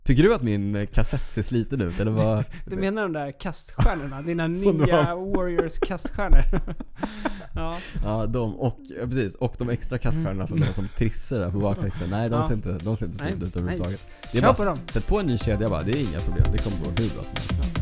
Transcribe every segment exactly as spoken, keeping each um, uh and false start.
Tycker du att min kassett ser sliten ut? Eller vad? Du menar de där kaststjärnorna? Dina nya Warriors kaststjärnor? Ja. Ja, de och ja, precis, och de extra kaststjärnorna som de som trissar där på bakväxeln. Nej, de Ja. ser inte de ser inte slitna ut överhuvudtaget. Det är Kör bara, på dem. sätt på en ny kedja bara, det är inga problem. Det kommer gå hur bra som helst.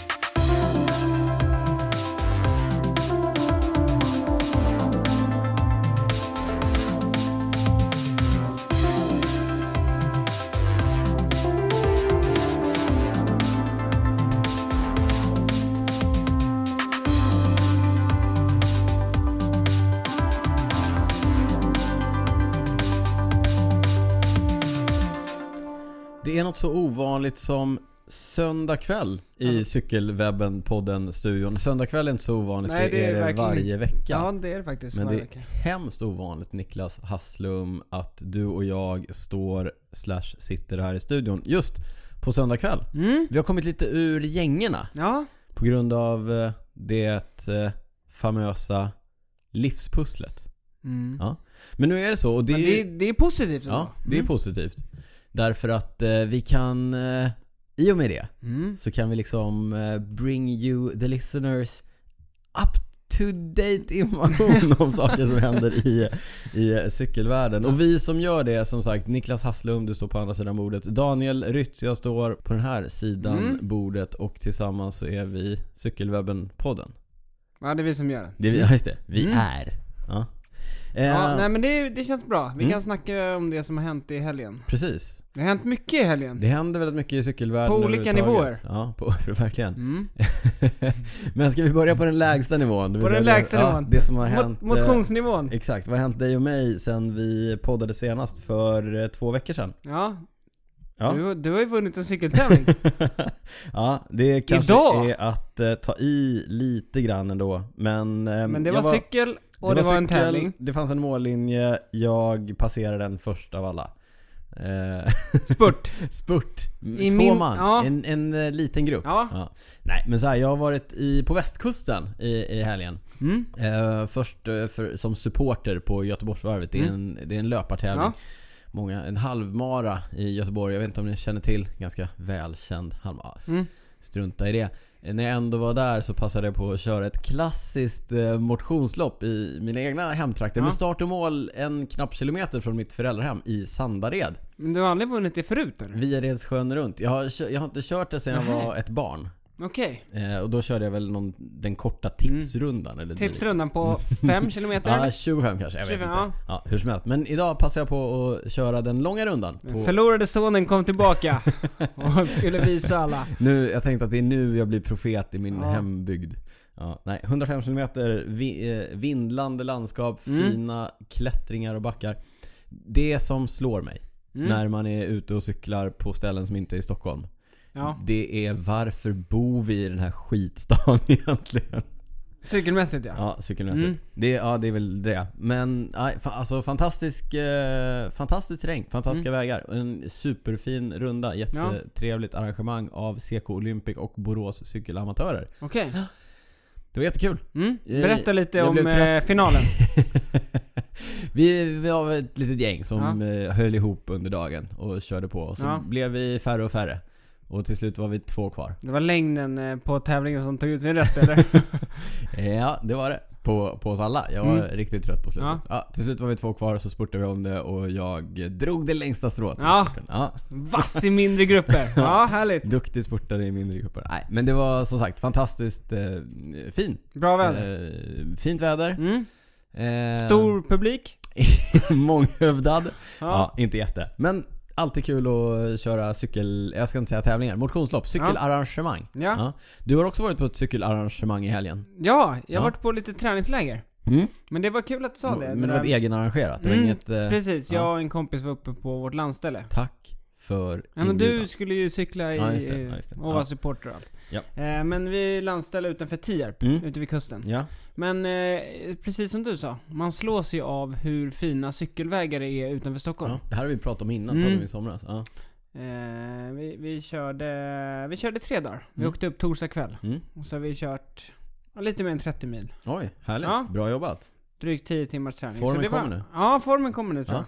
Det är något så ovanligt som söndag kväll i alltså, Cykelwebben-podden-studion. Söndag kväll är inte så ovanligt, nej, det, det är, är det varje vecka. Ja, det är det faktiskt. Men det är vecka. hemskt ovanligt, Niklas Hasslum, att du och jag står slash sitter här i studion just på söndag kväll. Mm. Vi har kommit lite ur gängerna. Ja. På grund av det famösa livspusslet. Mm. Ja. Men nu är det så. Och det, Men det, det är positivt. Ja, det är mm. positivt. Därför att eh, vi kan eh, i och med det mm. så kan vi liksom eh, bring you the listeners up to date information om saker som händer i, i cykelvärlden. Och vi som gör det, som sagt, Niklas Hasslum, du står på andra sidan bordet, Daniel Rytz, jag står på den här sidan mm. bordet, och tillsammans så är vi Cykelwebben-podden. Ja, det är vi som gör det. Det är vi, ja, just det, vi mm. är. Ja. Ja, nej men det, det känns bra. Vi mm. kan snacka om det som har hänt i helgen. Precis. Det har hänt mycket i helgen. Det händer väldigt mycket i cykelvärlden. På olika nivåer. Ja, på, verkligen. Mm. Men ska vi börja på den lägsta nivån? På den lägsta det, nivån. Ja, det som har hänt. Mot, motionsnivån. Eh, exakt, vad har hänt dig och mig sen vi poddade senast för eh, två veckor sedan? Ja. Ja. Du, du har ju vunnit en cykeltävling. Ja, det kanske Idag. är att eh, ta i lite grann ändå. Men, eh, men det var, var cykel och det, det var, var en cykel, tävling. Det fanns en mållinje, jag passerade den första av alla. Eh, Spurt. Spurt. I Två min, man, ja. en, en, en liten grupp. Ja. Ja. Nej, men så här, jag har varit i, på västkusten i, i helgen. Mm. Eh, först eh, för, som supporter på Göteborgsvarvet. Det är en, det är en löpartävling. Ja. Många, en halvmara i Göteborg. Jag vet inte om ni känner till, ganska välkänd halvmara. Mm. Strunta i det. När jag ändå var där så passade jag på att köra ett klassiskt eh, motionslopp i mina egna hemtrakter. Ja. Med start och mål en knapp kilometer från mitt föräldrahem i Sandared. Men du har aldrig vunnit det förut eller? Viaredssjön runt. Jag har, jag har inte kört det sedan jag var ett barn. Okej. Okay. Eh, och då körde jag väl någon, den korta tipsrundan. Mm. Eller tipsrundan på fem kilometer? Ja, tjugofem kanske, jag vet tjugofem, inte. Ja. Ja, hur som helst. Men idag passar jag på att köra den långa rundan. På... Förlorade sonen kom tillbaka och skulle visa alla. Nu, jag tänkte att det är nu jag blir profet i min ja. hembygd. Ja, nej, hundrafem kilometer vi, eh, vindlande landskap, mm. fina klättringar och backar. Det som slår mig mm. när man är ute och cyklar på ställen som inte är i Stockholm. Ja. Det är varför bor vi i den här skitstan egentligen? Cykelmässigt, ja. Ja, cykelmässigt. Mm. Det, ja, det är väl det. Men alltså fantastisk eh, fantastisk terräng, fantastiska mm. vägar. En superfin runda, jättetrevligt ja. arrangemang av C K Olympic och Borås cykelamatörer. Okej. Okay. Det var jättekul. Mm. Berätta lite jag om eh, finalen. vi, vi var ett litet gäng som ja. höll ihop under dagen och körde på. Och så ja. blev vi färre och färre. Och till slut var vi två kvar. Det var längden på tävlingen som tog ut sin rätt, eller? Ja, det var det. På, på oss alla. Jag var mm. riktigt trött på slutet. Ja. Ja, till slut var vi två kvar och så spurtade vi om det. Och jag drog det längsta strået. Ja, ja. Vass i mindre grupper. Ja, härligt. Duktig spurtare i mindre grupper. Nej, men det var som sagt fantastiskt eh, fin. Bra väder. Eh, fint väder. Mm. Eh, Stor publik. Månghövdad. Ja. Ja, inte jätte. Men alltid kul att köra cykel, jag ska inte säga tävlingar, motionslopp, cykelarrangemang. Ja. Ja. Du har också varit på ett cykelarrangemang i helgen. Ja, jag har ja. varit på lite träningsläger. Mm. Men det var kul att du sa det. Men det var ett egenarrangerat. Det var mm. inget, eh, precis, jag och en kompis var uppe på vårt landställe. Tack för ja, men du skulle ju cykla i, ja, just det, ja, just det. och vara supporter och allt. Ja. Eh, men vi landställde utanför Tierp, mm. ute vid kusten. Ja. Men eh, precis som du sa, man slås ju av hur fina cykelvägar det är utanför Stockholm. Ja, det här har vi pratat om innan, mm. pratade vi i somras. Ja. Eh, vi, vi, körde, vi körde tre dagar. Vi mm. åkte upp torsdag kväll. Mm. Och så har vi kört ja, lite mer än trettio mil. Oj, härligt. Ja. Bra jobbat. Drygt tio timmars träning. Formen så det kommer var, nu. Ja, formen kommer nu tror ja. jag.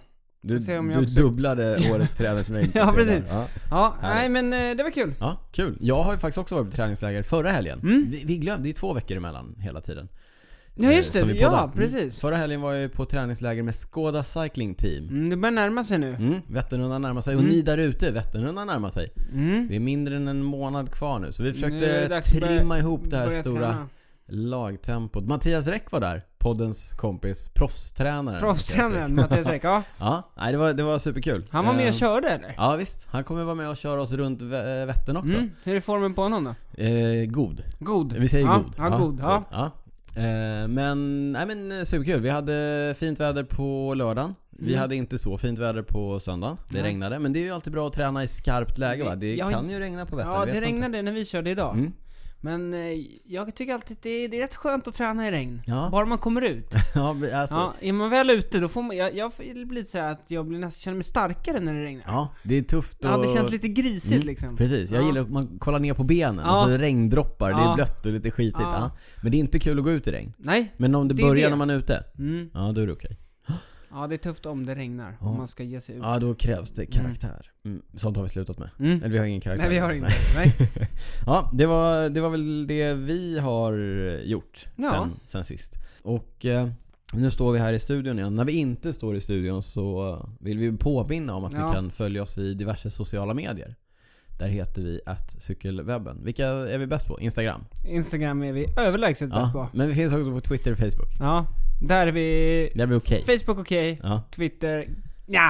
Du, du också... dubblade årets träningsmängd. Ja, precis. Ja, ja nej men det var kul. Ja, kul. Jag har ju faktiskt också varit på träningsläger förra helgen. Mm. Vi, vi glömde, det är två veckor emellan hela tiden. Ja, just det. Ja, precis. Mm. Förra helgen var jag på träningsläger med Skoda Cycling Team. Mm, det börjar närma sig nu. Mm, Vätternrundan närmar sig. Mm. Och ni där ute, Vätternrundan närmar sig. Mm. Det är mindre än en månad kvar nu. Så vi försökte trimma börja, ihop det här stora träna. lagtempot. Mattias Räck var där, poddens kompis, proffstränare. Proffstränaren Mattias Räck, ja. Ja, nej, det var, det var superkul. Han var med och körde eller? Ja visst, han kommer vara med och köra oss runt Vättern också. Mm. Hur är formen på honom då? Eh, god. God. Vi säger ja, god. Ja, ja, god. Ja. ja. Eh, men, nej men superkul. Vi hade fint väder på lördagen. Vi mm. hade inte så fint väder på söndagen. Det mm. regnade, men det är ju alltid bra att träna i skarpt läge, va? Det ja, kan ju regna på Vättern. Ja, det regnade inte. När vi körde idag. Mm. Men eh, jag tycker alltid att det är, det är rätt skönt att träna i regn. Ja. Bara man kommer ut. ja, alltså. Ja, är man väl ute då får man, jag, jag blir så här att jag blir nästan, känner mig starkare när det regnar. Ja, det är tufft och... Ja, det känns lite grisigt mm, liksom. Precis, jag ja. gillar att man kollar ner på benen ja. och så regndroppar, ja. det är blött och lite skitigt. Ja. Ja. Men det är inte kul att gå ut i regn. Nej. Men om det, det börjar det. när man är ute, mm. ja då är det okej. Ja, det är tufft om det regnar ja. om man ska ge sig ut. Ja, då krävs det karaktär. Mm. Sånt har vi slutat med. Mm. Eller vi har ingen karaktär. Nej, vi har inte. Nej. ja, det var, det var väl det vi har gjort ja. sen, sen sist. Och eh, nu står vi här i studion igen. När vi inte står i studion så vill vi påminna om att ja. ni kan följa oss i diverse sociala medier. Där heter vi at cykelwebben. Vilka är vi bäst på? Instagram. Instagram är vi överlägset ja, bäst på. Men vi finns också på Twitter och Facebook. Ja, där är vi... Där är vi okej. Okay. Facebook okej, okay. ja. Twitter... Ja.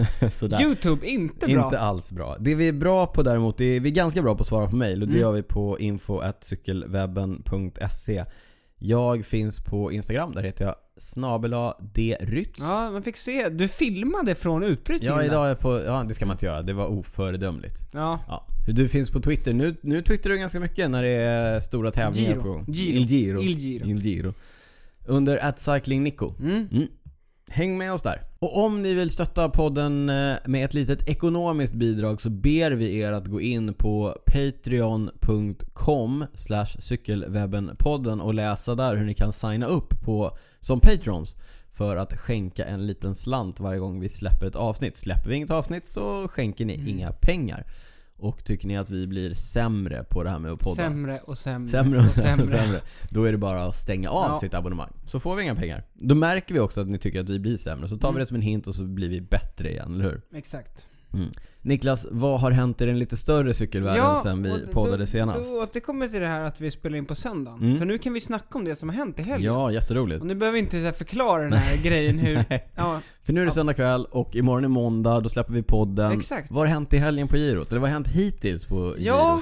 YouTube inte bra. Inte alls bra. Det vi är bra på däremot, det är, vi är ganska bra på att svara på mejl. Och det mm. gör vi på info at cykelwebben punkt se. Jag finns på Instagram, där heter jag snabela drytz. Ja, man fick se. Du filmade från utbrytningen. Ja, idag är på, ja, det ska man inte göra. Det var oföredömligt. Ja. ja. Du finns på Twitter. Nu, nu twittrar du ganska mycket när det är stora tävlingar Giro. på Giro. Il Giro. Il Giro. Il Giro. Under at cycling nico. Mm. Mm. Häng med oss där. Och om ni vill stötta podden med ett litet ekonomiskt bidrag så ber vi er att gå in på patreon punkt com slash cykelwebbenpodden och läsa där hur ni kan signa upp på som patrons för att skänka en liten slant varje gång vi släpper ett avsnitt. Släpper vi inget avsnitt så skänker ni mm. inga pengar. Och tycker ni att vi blir sämre på det här med att podda? Sämre och sämre, sämre, och, och sämre. sämre. Då är det bara att stänga av ja. sitt abonnemang. Så får vi inga pengar. Då märker vi också att ni tycker att vi blir sämre. Så tar mm. vi det som en hint och så blir vi bättre igen, eller hur? Exakt. Mm. Niklas, vad har hänt i den lite större cykelvärlden ja, sen vi poddade då, senast? Då, det kommer till det här att vi spelar in på söndagen. Mm. För nu kan vi snacka om det som har hänt i helgen. Ja, jätteroligt. Och nu behöver vi inte förklara den här grejen hur... Ja. För nu är det söndag kväll och imorgon är måndag, då släpper vi podden. Exakt. Vad har hänt i helgen på Girot? Eller vad har hänt hittills på Girot? Ja,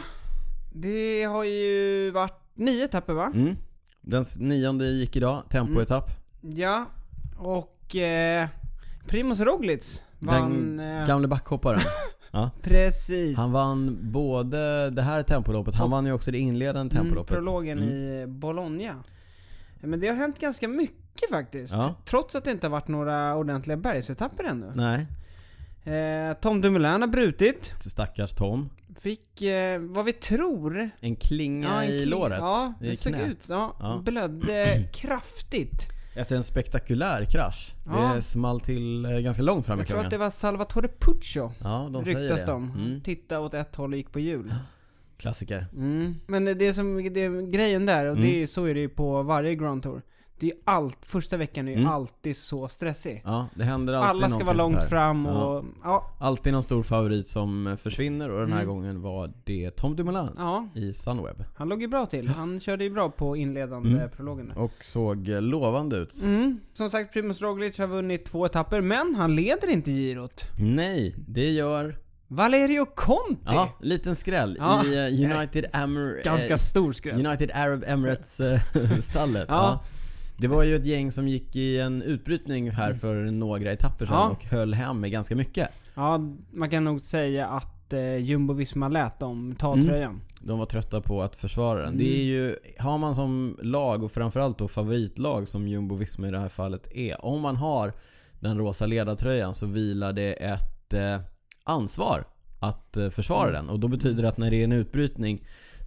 det har ju varit nio etapper, va? Mm. Den nionde gick idag, tempoetapp. Mm. Ja, och eh, Primoz Roglic vann... Den gamle backhopparen. Ja. Precis. Han vann både det här tempoloppet, han vann ju också det inledande tempoloppet. Mm, prologen mm. i Bologna. Men det har hänt ganska mycket faktiskt. Ja. Trots att det inte har varit några ordentliga bergsetapper ännu. Nej. Eh, Tom Dumoulin har brutit. Stackars Tom. Fick, eh, vad vi tror... En klinga ja, en kling- i låret. Ja, det I såg knät. ut. Ja, ja. Blödde kraftigt. Efter en spektakulär krasch. Ja. Det small till eh, ganska långt fram i Jag klungan. tror att det var Salvatore Puccio. Ja, de ryktas säger det. de. Mm. Titta åt ett håll och gick på hjul. Klassiker. Mm. Men det som det är grejen där, och mm. det är, så är det ju på varje Grand Tour. Det är allt, första veckan är ju mm. alltid så stressig. Ja, det händer alltid. Alla ska vara långt fram och ja. Ja. Alltid någon stor favorit som försvinner och den här mm. gången var det Tom Dumoulin ja. i Sunweb. Han låg ju bra till. Han körde ju bra på inledande mm. prologen. Och såg lovande ut. Mm. Som sagt, Primoz Roglic har vunnit två etapper, men han leder inte girot. Nej, det gör Valerio Conti. Ja, liten skräll ja. i United Emirates. Ganska stor skräll. United Arab Emirates stallet. ja. ja. Det var ju ett gäng som gick i en utbrytning här för några etapper sedan ja. och höll hem med ganska mycket. Ja, man kan nog säga att eh, Jumbo-Visma lät dem ta mm. tröjan. De var trötta på att försvara den. Mm. Det är ju, har man som lag och framförallt då favoritlag som Jumbo-Visma i det här fallet är. Om man har den rosa ledartröjan så vilar det ett eh, ansvar att eh, försvara mm. den. Och då betyder det att när det är en utbrytning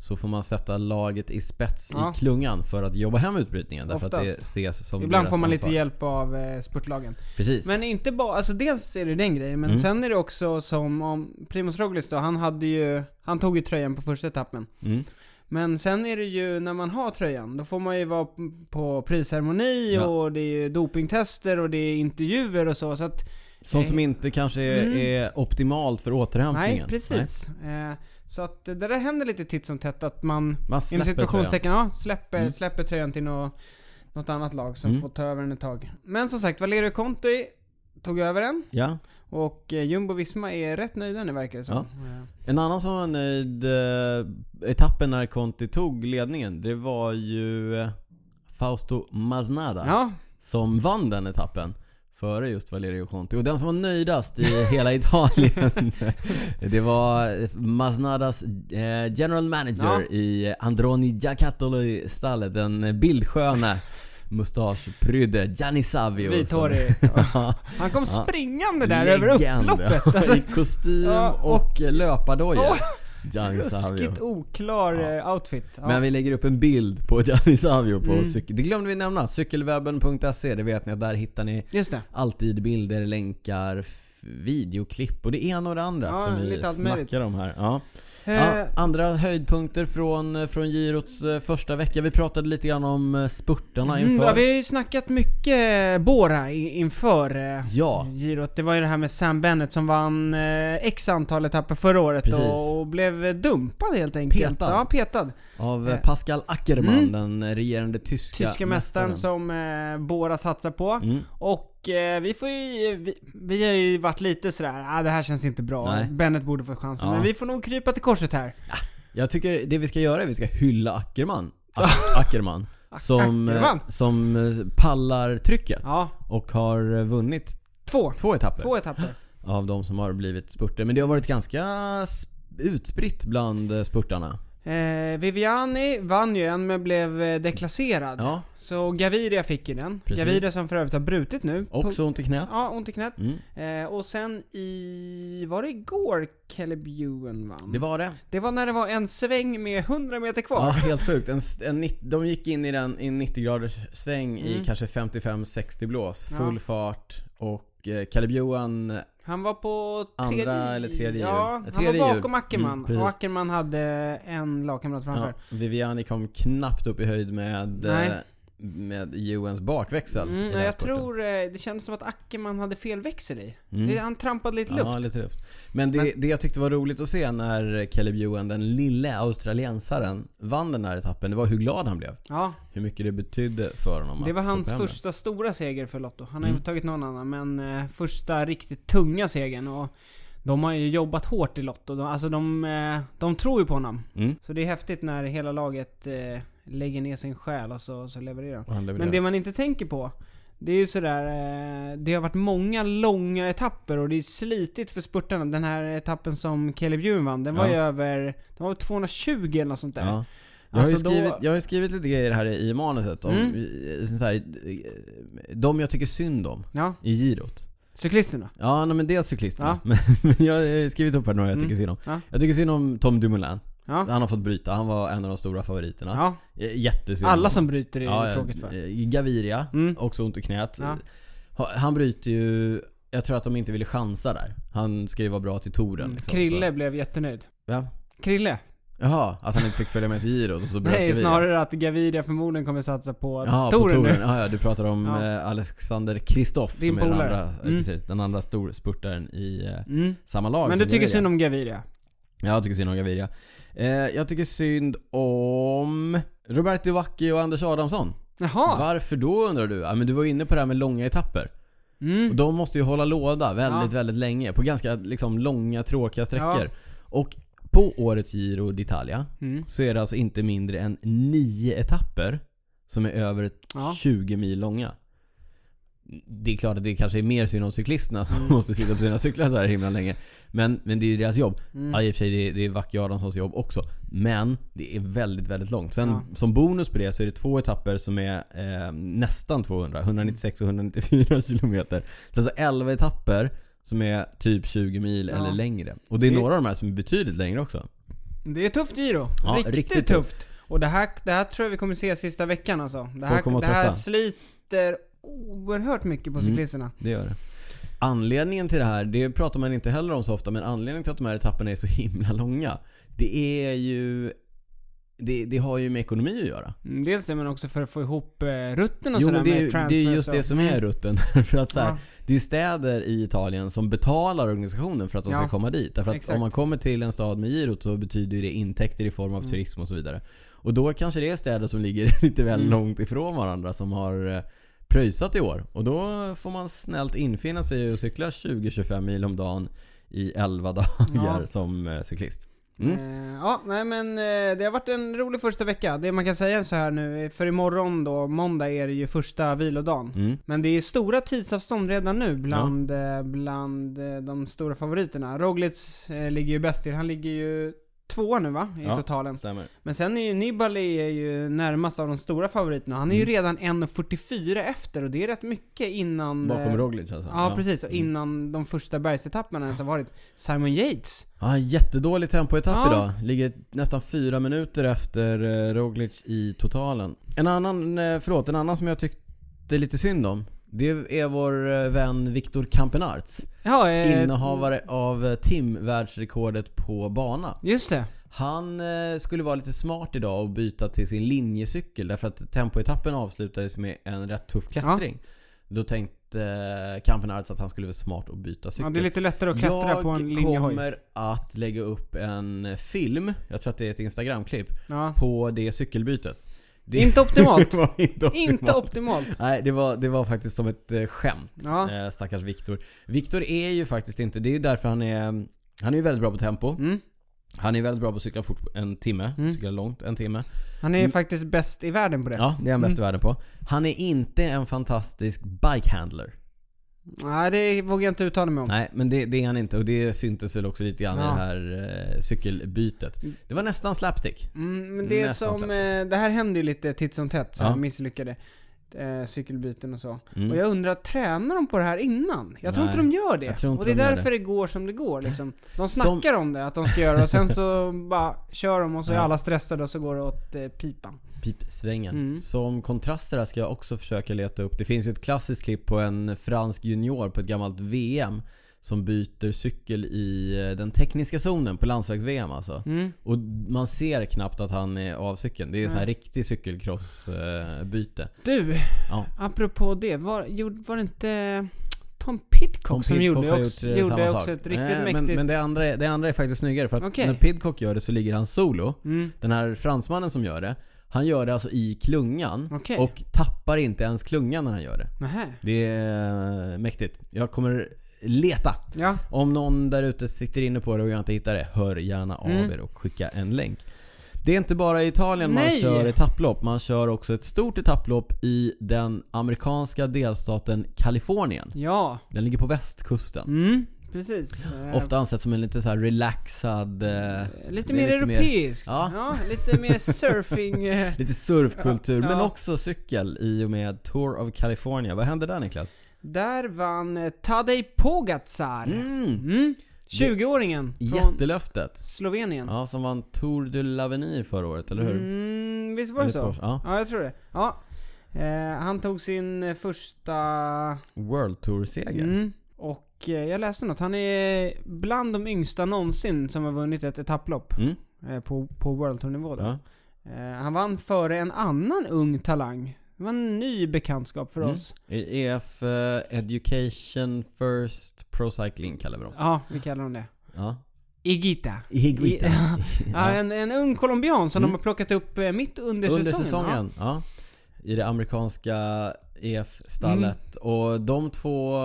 så får man sätta laget i spets Ja. i klungan för att jobba hem utbrytningen. Därför Oftast. att det ses som Ibland deras får man ansvar. lite hjälp av eh, spurtlagen. Precis. Men inte bara, alltså dels är det den grejen, men Mm. sen är det också som om Primoz Roglic då, han hade ju, han tog ju tröjan på första etappen. Mm. Men sen är det ju, när man har tröjan, då får man ju vara på prisceremoni Ja. och det är ju dopingtester och det är intervjuer och så, så att Sånt som inte kanske är, Mm. är optimalt för återhämtningen. nej, precis. Eh, så att det där händer lite titt som tätt att man, Nej. Man inom släpper tröjan. situationstecken, ja, släpper, Mm. släpper tröjan till något, något annat lag som Mm. får ta över den ett tag. Men som sagt, Valerio Conti tog över den. Ja. Och eh, Jumbo-Visma är rätt nöjda nu, verkar det som. Ja. Ja. En annan som var nöjd eh, etappen när Conti tog ledningen, det var ju eh, Fausto Masnada Ja, som vann den etappen före just Valerio Conti. Och den som var nöjdast i hela Italien, det var Masnadas eh, general manager Ja. i Androni Giocattoli-stallet, den bildsköna mustaschprydde Gianni Savio. vithårig. Ja. Han kom Ja. springande där över Legend. upploppet. Alltså, I kostym Ja, och- och, löpardoja. Åh, Gianni Savio. ruskigt oklar Ja. eh, outfit. Ja. Men vi lägger upp en bild på Gianni Savio på Mm. cykel. Det glömde vi nämna. cykelwebben punkt se, det vet ni att där hittar ni Just det. alltid bilder, länkar, f- videoklipp och det ena och det andra Ja, som vi lite allt möjligt. snackar om här. Ja. Eh, Ja, andra höjdpunkter från, från Girots eh, första vecka. Vi pratade lite grann om eh, spurtarna mm, inför. ja, vi har ju snackat mycket Bora i- inför eh, Ja. Girot. Det var ju det här med Sam Bennett som vann eh, x antal etapper förra året Precis. och, och blev dumpad helt enkelt. Petad. Ja, petad. Av eh, Eh. Pascal Ackermann, Mm. den regerande tyska, Tyska mästaren som eh, Bora satsar på. Mm. Och eh, vi får ju, vi, vi har ju varit lite sådär, ah, det här känns inte bra. Nej. Bennett borde få chansen. Ja. Men vi får nog krypa till korset här. Jag tycker det vi ska göra är att vi ska hylla Ackermann. Ack- Ackermann. Som, eh, Ackermann. som eh, pallar trycket. Ja, Och har eh, vunnit två. två etapper. Två etapper. Av de som har blivit spurter. Men det har varit ganska sp- utspritt bland eh, spurtarna. Eh, Viviani vann ju en men blev eh, deklasserad. Ja, Så Gaviria fick ju den. Precis. Gaviria som för övrigt har brutit nu. också ont i knät. Ja, ont i knät. Mm. Eh, och sen i... Var det igår Caleb Ewan vann? Det var det. Det var när det var en sväng med hundra meter kvar. Ja, helt sjukt. En, s- en, nitt- de gick in i den i en nittio graders sväng i Mm. kanske femtiofem sextio blås. Ja. Full fart. Och eh, Caleb Ewan, Han var på Andra tredje... eller tredje hjul. Ja, han Tredje var hjul. bakom Ackerman. Mm, precis. och Ackerman hade en lagkamrat framför. ja, Viviani kom knappt upp i höjd med, Nej. eh, med Ewans bakväxel. i Mm, den nej, här jag spurten. tror eh, det kändes som att Ackerman hade fel växel i. Mm. Det, han trampade lite luft. Ja, lite luft. Men det, Men- det jag tyckte var roligt att se när Caleb Ewan, den lille australiensaren, vann den här etappen, det var hur glad han blev. Ja, Hur mycket det betydde för honom. det att var stå hans på henne. första stora seger för Lotto. Han har Mm. ju tagit någon annan, men eh, första riktigt tunga segern. Och de har ju jobbat hårt i Lotto. De, alltså de, eh, de tror ju på honom. Mm. Så det är häftigt när hela laget eh, lägger ner sin själ och så, så levererar de. Och han levererar. Men det man inte tänker på, det är ju sådär, eh, det har varit många långa etapper och det är slitigt för spurtarna. Den här etappen som Caleb Ewan vann, den var Ja. ju över, den var två tjugo eller något sånt där. Ja. Jag har, ju Alltså då- skrivit, jag har ju skrivit lite grejer här i i manuset om Mm. så här, de jag tycker synd om Ja, i girot. cyklisterna. Ja, nej, men dels cyklisterna. Ja. Men, men jag har skrivit upp här några jag tycker Mm. synd om. Ja. Jag tycker synd om Tom Dumoulin. Ja. Han har fått bryta, han var en av de stora favoriterna. Ja. J- Jättesynd om Alla honom. som bryter är Ja, tråkigt för. eh, Gaviria, Mm. också ont i knät. Ja. Ha- Han bryter ju... Jag tror att de inte ville chansa där. Han ska ju vara bra till touren. Mm. Liksom, Krille så. blev jättenöjd. Ja. Krille? Jaha, att han inte fick följa med till girot och så bröt Nej, Gaviria. snarare att Gaviria förmodligen kommer satsa på Ja, på touren touren. nu. Ja, ja, du pratar om Ja. eh, Alexander Kristoff Din som är den polare. andra, Mm. precis, den andra stor spurtaren i eh, Mm. samma lag. Men som du tycker Gaviria. synd om Gaviria? Ja, jag tycker synd om Gaviria. Eh, jag tycker synd om Roberto Vacchi och Anders Adamsson. Jaha! Varför då, undrar du? Ja, men du var inne på det här med långa etapper. Och Mm. de måste ju hålla låda väldigt, Ja. väldigt länge. På ganska liksom, långa, tråkiga sträckor. Ja. Och på årets Giro d'Italia Mm. så är det alltså inte mindre än nio etapper som är över Ja. tjugo mil långa. Det är klart att det kanske är mer synd om cyklisterna som Mm. måste sitta på sina cyklar så här himla länge. Men, men det är ju deras jobb. Mm. Ja, i och för sig det är, det är Vacchi Adamssons jobb också. Men det är väldigt, väldigt långt. Sen Ja. som bonus på det så är det två etapper som är eh, nästan tvåhundra. etthundranittiosex och etthundranittiofyra kilometer. Så alltså elva etapper som är typ tjugo mil Ja. eller längre. Och det är Det- några av de här som är betydligt längre också. Det är tufft Giro. Ja, riktigt, riktigt tufft. tufft. Och det här, det här tror jag vi kommer se sista veckan alltså. Det här, det här sliter oerhört mycket på cyklisterna. Mm, det gör det. Anledningen till det här, det pratar man inte heller om så ofta, men anledningen till att de här etapperna är så himla långa, det är ju det, det har ju med ekonomi att göra. Mm, dels är man också för att få ihop eh, rutten och jo, sådär men det, med transfers. det är just det som är rutten. För att så här, ja. det är städer i Italien som betalar organisationen för att de ja. ska komma dit. Därför att Exakt. om man kommer till en stad med girot så betyder det intäkter i form av mm. turism och så vidare. Och då kanske det är städer som ligger lite väl mm. långt ifrån varandra som har pröjsat i år. Och då får man snällt infinna sig och cykla tjugo till tjugofem mil om dagen i elva dagar ja. som cyklist. Mm. Eh, ja, nej men eh, det har varit en rolig första vecka. Det man kan säga så här nu, för imorgon då, måndag är det ju första vilodagen. Mm. Men det är stora tidsavstånd redan nu bland, ja. eh, bland eh, de stora favoriterna. Roglic eh, ligger ju bäst till. Han ligger ju tvåa nu va? I ja, totalen. Stämmer. Men sen är ju Nibali är ju närmast av de stora favoriterna. Han är mm. ju redan en fyrtiofyra efter och det är rätt mycket innan bakom eh, Roglic alltså. Ja, ja. precis. Och mm. innan de första bergsetapperna som varit Simon Yates. Ja, jättedålig tempoetapp ja. idag. Ligger nästan fyra minuter efter eh, Roglic i totalen. En annan eh, förlåt, en annan som jag tyckte lite synd om. Det är vår vän Victor Campenaerts. Ja, eh, innehavare av timvärldsrekordet på bana. Just det. Han eh, skulle vara lite smart idag och byta till sin linjecykel därför att tempoetappen avslutades med en rätt tuff klättring. Ja. Då tänkte eh, Campenaerts att han skulle vara smart och byta cykel. Ja, det är lite lättare att klättra jag på en linjehoj. Jag kommer att lägga upp en film, jag tror att det är ett Instagram-klipp, ja. på det cykelbytet. Det inte optimalt. var inte optimalt. Inte optimalt. Nej, det var, det var faktiskt som ett eh, skämt. Ja. Eh, stackars Victor. Victor är ju faktiskt inte, det är ju därför han är han är ju väldigt bra på tempo. Mm. Han är väldigt bra på att cykla fort en timme, mm. cykla långt en timme. Han är mm. faktiskt bäst i världen på det. Ja, det är han bäst mm. i världen på. Han är inte en fantastisk bikehandler. Nej, det vågar jag inte uttala mig om. Nej, men det, det är han inte. Och det syntes väl också lite grann ja. i det här eh, cykelbytet. Det var nästan slapstick. Mm, men det är som eh, det här händer ju lite titt som tätt. Så ja. misslyckade eh, cykelbyten och så. Mm. Och jag undrar, tränar de på det här innan? Jag tror Nej, inte de gör det. Inte och det är de därför det. det går som det går liksom. De snackar som... om det, att de ska göra. Och sen så bara kör de och så är ja. alla stressade och så går det åt eh, pipan. Pipsvängen. Mm. Som kontraster här ska jag också försöka leta upp. Det finns ju ett klassiskt klipp på en fransk junior på ett gammalt V M som byter cykel i den tekniska zonen på landsvägs-V M alltså. Mm. Och man ser knappt att han är av cykeln. Det är en sån här riktig cykelcrossbyte. Du, ja. apropå det, var, var det inte Tom Pidcock Tom som Pidcock gjorde också, gjorde också ett riktigt Nej, mäktigt... Men, men det, andra, det andra är faktiskt snyggare för att okay. när Pidcock gör det så ligger han solo. Mm. Den här fransmannen som gör det, han gör det alltså i klungan okay. och tappar inte ens klungan när han gör det. Nähä. Det är mäktigt. Jag kommer leta. Ja. Om någon där ute sitter inne på det och jag inte hittar det, hör gärna av mm. er och skicka en länk. Det är inte bara i Italien Nej. man kör etapplopp. Man kör också ett stort etapplopp i den amerikanska delstaten Kalifornien. Ja. Den ligger på västkusten. Mm. Precis. Ofta ansett som en lite så här relaxad eh, lite mer europeisk. Ja. ja, lite mer surfing. Lite surfkultur ja. men också cykel i och med Tour of California. Vad hände där, Niklas? Där vann Tadej Pogacar. Mm. Mm. tjugo-åringen från jättelöftet. Slovenien. Ja, som vann Tour de l'Avenir förra året, eller hur? Mm, visst var det så? Ja. ja, jag tror det. Ja. Eh, han tog sin första World Tour-seger. Mm. Och jag läste något, han är bland de yngsta någonsin som har vunnit ett etapplopp mm. på, på World Tour-nivå då. Ja. Han vann före en annan ung talang. Det var en ny bekantskap för mm. oss. E F uh, Education First Pro Cycling kallar vi dem. Ja, vi kallar dem det. Ja. Higuita. Higuita. ja, en, en ung colombian som mm. de har plockat upp mitt under, under säsongen. säsongen. Ja. ja. I det amerikanska E F-stallet. Mm. Och de två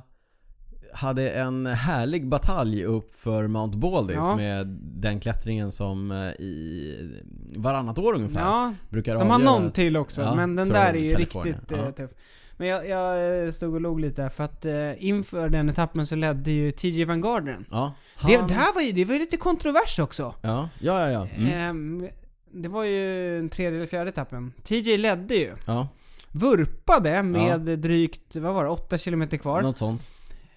hade en härlig batalj upp för Mount Baldy ja. som är den klättringen som i varannat år ungefär ja. brukar de avgöra. har någon till också ja, men den där är ju riktigt ja. tuff. Men jag, jag stod och log lite för att uh, inför den etappen så ledde ju T J Van Garderen. Ja. Han... Det, det här var ju, det var ju lite kontrovers också. Ja, ja, ja. ja. Mm. Um, det var ju en tredje eller fjärde etappen. T J ledde ju. Ja. Vurpade med ja. drygt, vad var det, åtta kilometer kvar. Något sånt.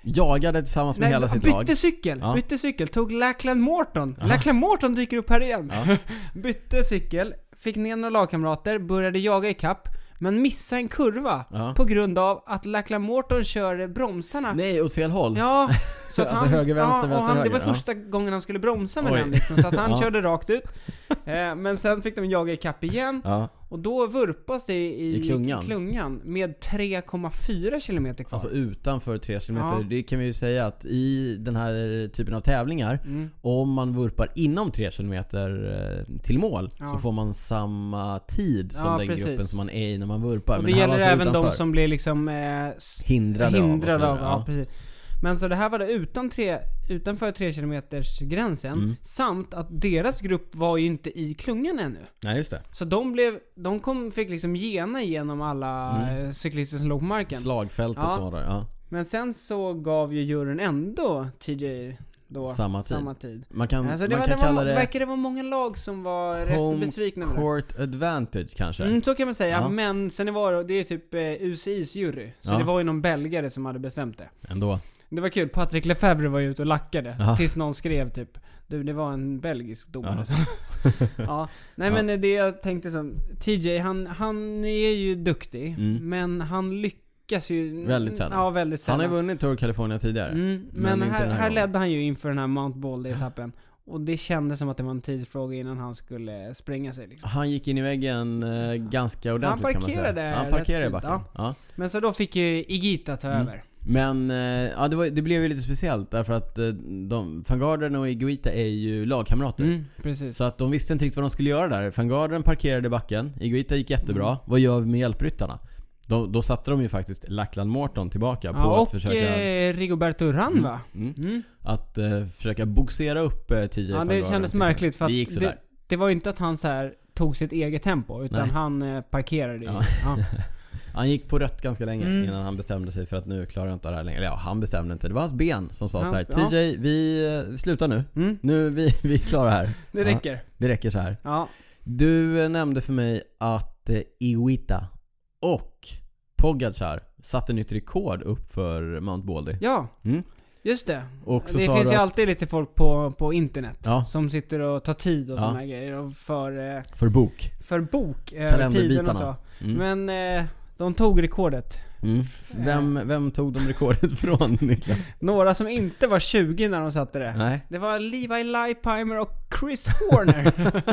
Jagade tillsammans med Nej, hela sitt bytte lag. Cykel, ja. Bytte cykel. Tog Lachlan Morton. Aha. Lachlan Morton dyker upp här igen. Ja. Bytte cykel. Fick ner några lagkamrater. Började jaga i kapp. Men missade en kurva. Ja. På grund av att Lachlan Morton kör bromsarna. Nej, åt fel håll. Ja. Så att alltså han, höger, vänster, ja, vänster, han, höger. Det var ja. första gången han skulle bromsa med Oj. den liksom, så att han ja. körde rakt ut. eh, Men sen fick de jaga i kapp igen. Ja. Och då vurpas det i, I klungan. klungan med tre komma fyra kilometer kvar. Alltså utanför tre kilometer. Ja. Det kan vi ju säga att i den här typen av tävlingar, mm. om man vurpar inom tre kilometer till mål, ja. så får man samma tid som ja, den precis. gruppen som man är i när man vurpar. Och det Men gäller det även utanför. de som blir liksom eh, hindrade, hindrade av. av ja. Ja, precis. Men så det här var det utan tre, utanför tre kilometers gränsen mm. samt att deras grupp var ju inte i klungan ännu. Nej, just det. Så de blev de kom fick liksom gena igenom alla mm. cyklister som låg på marken. Slagfältet ja. som var där, ja. Men sen så gav ju juryn ändå T J då samma tid. Samma tid. Man kan alltså det man var, kan det kalla var, det verkar det vara många lag som var rätt besvikna med det. Court advantage kanske. Mm, så kan man säga, ja. men sen det var det är typ eh, U C I's jury. Så ja. det var ju någon belgare som hade bestämt det. Ändå. Det var kul, Patrick Lefebvre var ju ute och lackade ja. tills någon skrev typ du, det var en belgisk domare. Ja. ja. Nej ja. men det jag tänkte som T J, han, han är ju duktig mm. men han lyckas ju väldigt sällan. Ja, väldigt sällan. Han har ju vunnit Tour California tidigare. Mm. Men, men här, här, här ledde han ju inför den här Mount Baldy-etappen. Och det kändes som att det var en tidsfråga innan han skulle spränga sig liksom. Han gick in i väggen eh, ganska ordentligt kan man säga. Han parkerade i backen. Ja. Ja. Men så då fick ju Igita ta mm. över. Men eh, ja, det, var, det blev ju lite speciellt därför att eh, de, Van Garderen och Higuita är ju lagkamrater. Mm, precis. Så att de visste inte riktigt vad de skulle göra där. Van Garderen parkerade i backen, Higuita gick jättebra. Mm. Vad gör vi med hjälpryttarna? Då, då satte de ju faktiskt Lachlan Morton tillbaka ja, på och att försöka eh, Rigoberto Urán va? Mm. Mm. Mm. Att eh, försöka boxera upp eh, T J Ja, Van det Garderen kändes märkligt för att det, gick det, det var ju inte att han så här tog sitt eget tempo utan Nej. han eh, parkerade ja. ja. Han gick på rött ganska länge mm. innan han bestämde sig för att nu klarar jag inte det här längre. Eller ja, han bestämde inte. Det var hans ben som sa ja, så här: T J, vi, vi slutar nu. Mm. Nu vi vi klarar här. Det räcker. Ja, det räcker så här. Ja. Du nämnde för mig att eh, Higuita och Pogacar satte nytt rekord upp för Mount Baldy. Ja. Mm. Just det. Och det finns ju att... alltid lite folk på, på internet ja. som sitter och tar tid och ja. såna grejer och för eh, för bok. För bok över tiden och så. Mm. Men eh, de tog rekordet. Mm. Vem, vem tog de rekordet från, Niklas? Några som inte var tjugo när de satte det. Nej. Det var Levi Leipheimer och Chris Horner.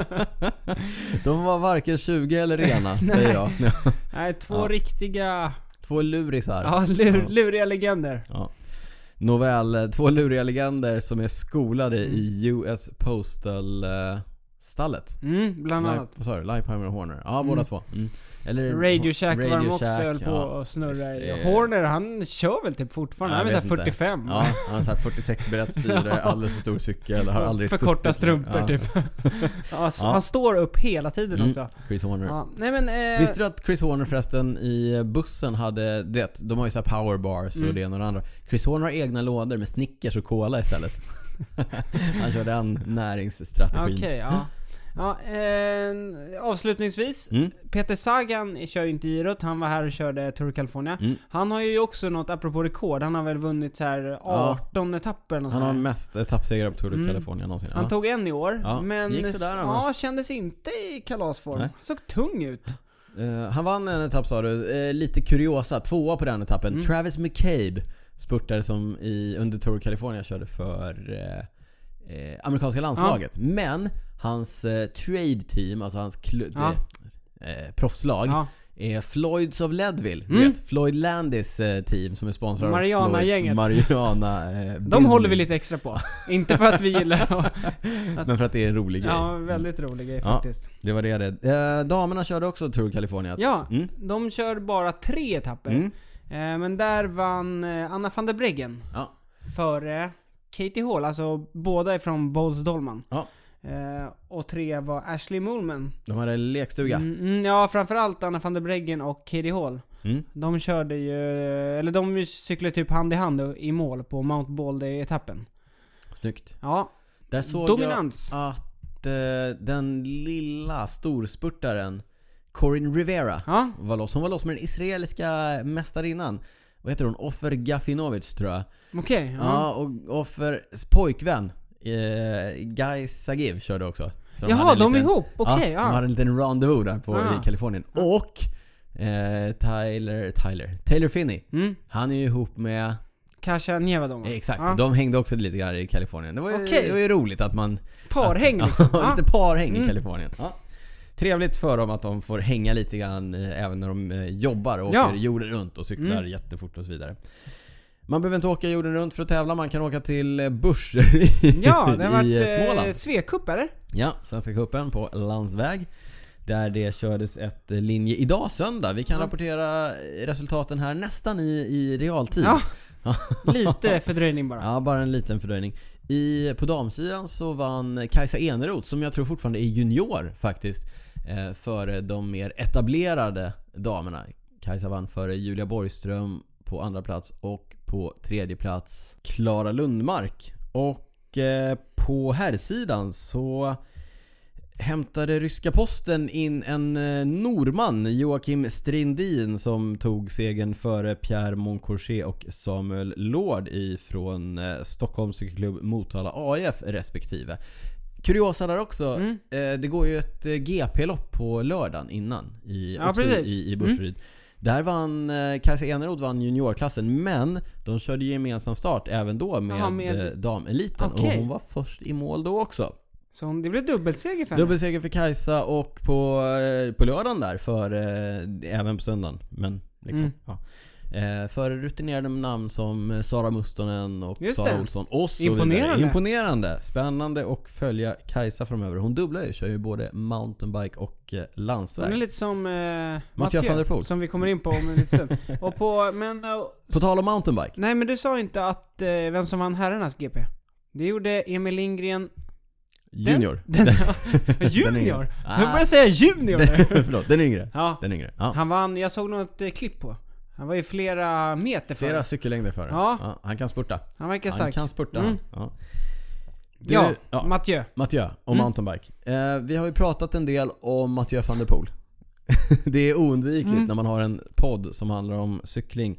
De var varken tjugo eller rena, säger jag. Nej, två ja. riktiga... Två lurisar. Ja, lur, luriga legender. Ja. Nåväl, två luriga legender som är skolade mm. i U S Postal uh, stallet. Mm, bland annat. Vad sa du? Leipheimer och Horner. Ja, mm. båda två. Mm. Eller Radio Shack var de också höll på ja. att snurra i. Horner, han kör väl typ fortfarande. Han är såhär fyrtiofem. Ja, han har såhär fyrtiosex berättstyre, alldeles för stor cykel. Har aldrig för korta strumpor ja. typ. ja, ja. Han står upp hela tiden mm. också. Chris Horner. Ja. Nej, men, eh... Visste du att Chris Horner förresten i bussen hade det? De har ju såhär powerbars mm. och det ena och det andra. Chris Horner har egna lådor med Snickers och cola istället. Han kör den näringsstrategin. Okej, okay, ja. Ja, eh, avslutningsvis mm. Peter Sagan kör ju inte girot. Han var här och körde Tour California. mm. Han har ju också något apropå rekord. Han har väl vunnit så här arton ja. etapper eller Han har mest etappsegrar på Tour mm. California någonsin. Han ja. tog en i år ja. Men ja, kändes inte i kalasform. Nej. Såg tung ut. uh, Han vann en etapp sa du. uh, Lite kuriosa, tvåa på den etappen. mm. Travis McCabe spurtare som i, under Tour California körde för uh, Eh, amerikanska landslaget. Ja. Men hans eh, trade team, alltså hans kl- ja. eh, proffslag ja. är Floyds of Leadville. Mm. Vet, Floyd Landis eh, team som är sponsrad av Floyds Mariana eh, De håller vi lite extra på. Inte för att vi gillar alltså, men för att det är en rolig grej. Ja, väldigt rolig grej faktiskt. Ja, det var det det. Eh, damerna körde också Tour California. Ja, mm. de kör bara tre etapper. Mm. Eh, men där vann eh, Anna van der Breggen. Ja. För eh, Katie Hall, alltså båda är från Boels Dolman. Ja. Eh, och tre var Ashley Moolman. De hade lekstuga. Mm, ja, framförallt Anna van der Breggen och Katie Hall. Mm. De körde ju, eller de cyklade typ hand i hand i mål på Mount Baldy-etappen. Snyggt. Ja. Där såg Dominans. jag att eh, den lilla storspurtaren Corinne Rivera ja. var loss. Hon var loss med den israeliska mästarinnan. vad heter hon? Offer Gafinovic tror jag. Okej. Okay, ja. ja, och Offers pojkvän eh, Guy Zagiv körde också. Så de Jaha, de är ihop. Okej, okay, ja. ja. De hade en liten rendezvous där på, ah. i Kalifornien. Och eh, Tyler Tyler Taylor Finney. Mm. Han är ju ihop med Kasia Nevadoma. Exakt. Ja. De hängde också lite grann i Kalifornien. Det var ju, okay. det var ju roligt att man parhäng liksom. Ja, lite parhäng mm. i Kalifornien. Ja. Trevligt för dem att de får hänga lite grann även när de jobbar och ja. åker jorden runt och cyklar mm. jättefort och så vidare. Man behöver inte åka jorden runt för att tävla. Man kan åka till Busch ja, det har i varit Småland. Svekupp, eller? Ja, Svenska kuppen på landsväg. Där det kördes ett linje idag söndag. Vi kan ja. rapportera resultaten här nästan i, i realtid. Ja, lite fördröjning bara. Ja, bara en liten fördröjning. I, på damsidan så vann Kajsa Eneroth, som jag tror fortfarande är junior faktiskt, eh, för de mer etablerade damerna. Kajsa vann före Julia Borgström på andra plats och på tredje plats Klara Lundmark. Och eh, på herrsidan så hämtade ryska posten in en eh, norman, Joakim Strindin, som tog segern före Pierre Moncourchet och Samuel Lord ifrån eh, Stockholms cykelklubb Motala A I F respektive. Kuriosa där också, mm. eh, det går ju ett eh, G P-lopp på lördagen innan i, ja, också i, i Burseryd. Mm. Där vann eh, Kajsa Eneroth vann juniorklassen, men de körde gemensam start även då med, Aha, med... Eh, dameliten. Okay. Och hon var först i mål då också. Så det blev dubbelseger för henne. Dubbelseger för Kajsa och på, på lördagen där för eh, även på söndagen. Men liksom, mm. ja. Eh, för rutinerade namn som Sara Mustonen och Just Sara det. Olsson och så Imponerande. vidare. Imponerande. Spännande och följa Kajsa framöver. Hon dubblar ju, kör ju både mountainbike och eh, landsväg. Hon är lite som eh, Mathieu van der Poel, som vi kommer in på om en liten stund. Och på, men, uh, på tal om mountainbike. Nej, men du sa inte att eh, vem som vann herrarnas G P. Det gjorde Emil Lindgren. Junior. Den, den, junior? Hur börjar jag säga junior? Den, förlåt, den yngre. Ja. Den yngre. Ja. Han vann, jag såg något eh, klipp på. Han var ju flera meter före. Flera cykellängder före. Ja. Ja. Han kan spurta. Han verkar stark. Han kan spurta. Mm. Ja. Du, ja, ja, Mathieu. Mathieu och mm. mountainbike. Eh, vi har ju pratat en del om Mathieu van der Poel. Det är oundvikligt mm. när man har en podd som handlar om cykling.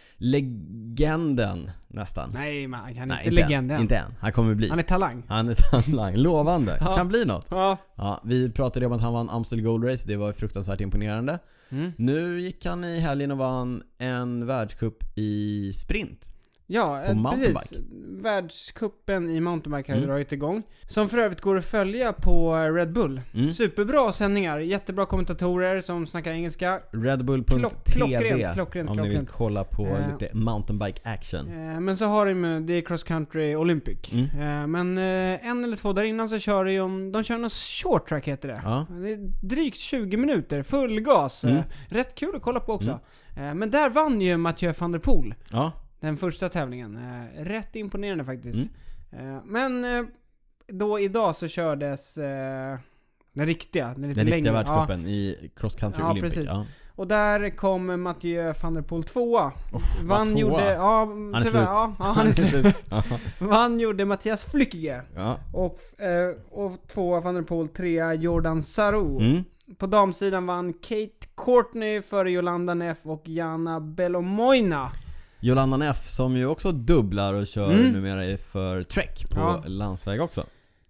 Legenden nästan. Nej, man kan Nej, inte, inte legenden. Än, inte än. Han kommer bli. Han är talang. Han är talang. Lovande. Ja. Kan bli något. Ja. Ja, vi pratade om att han vann Amstel Gold Race. Det var fruktansvärt imponerande. Mm. Nu gick han i helgen och vann en världscup i sprint. Ja, på precis. Världscupen i mountainbike har mm. dragit igång. Som för övrigt går att följa på Red Bull. Mm. Superbra sändningar, jättebra kommentatorer som snackar engelska. Redbull punkt t v klockrent, klockrent, om klockrent. ni vill kolla på eh. lite mountainbike action. Eh, men så har de det är cross country Olympic. Mm. Eh, men eh, en eller två där innan så kör de om de kör någon short track heter det. Ja. Det är drygt tjugo minuter full gas. Mm. Eh, rätt kul att kolla på också. Mm. Eh, men där vann ju Mathieu van der Poel. Ja. Den första tävlingen. Eh, rätt imponerande faktiskt. Mm. Eh, men eh, då idag så kördes eh, den riktiga. Den, lite den längre. riktiga världscupen ja. i cross country ja, Olympic. Precis. Ja. Och där kom Mathieu van der Poel tvåa. Uff, Vann tvåa. gjorde... Ja, han är slut. Ja, ja, han är slut. Vann gjorde Mattias Flyckige. Ja. Och, eh, och tvåa van der Poel, trea Jordan Sarou. Mm. På damsidan vann Kate Courtney för Jolanda Neff och Jana Belomoina. Jolanda Neff som ju också dubblar och kör mm. numera för Trek på ja. landsväg också.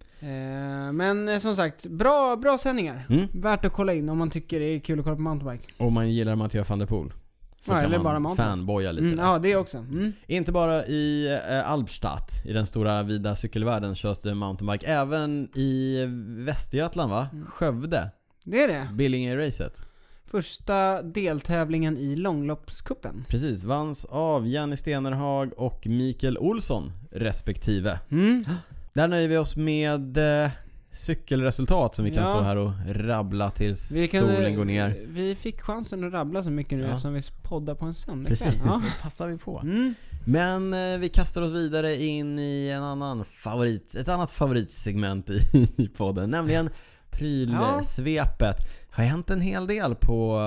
Eh, men som sagt, bra, bra sändningar. Mm. Värt att kolla in om man tycker det är kul att kolla på mountainbike. Och om man gillar Mathieu van der Poel. Så ja, kan eller man bara fanboya lite. Mm, ja, det också. Mm. Inte bara i eh, Albstadt, i den stora vida cykelvärlden körs det mountainbike. Även i Västergötland va? Mm. Skövde. Det är det. Billinge-racet. Första deltävlingen i långloppskuppen. Precis, vanns av Jenny Stenerhag och Mikael Olsson respektive. Mm. Där nöjer vi oss med eh, cykelresultat som vi kan ja. stå här och rabbla tills vi kan, solen går ner. Vi fick chansen att rabbla så mycket nu ja. eftersom vi poddar på en söndag. Precis, ja. det passar vi på. Mm. Men eh, vi kastar oss vidare in i en annan favorit, ett annat favoritsegment i, i podden, nämligen prylsvepet. Ja. Har hänt en hel del på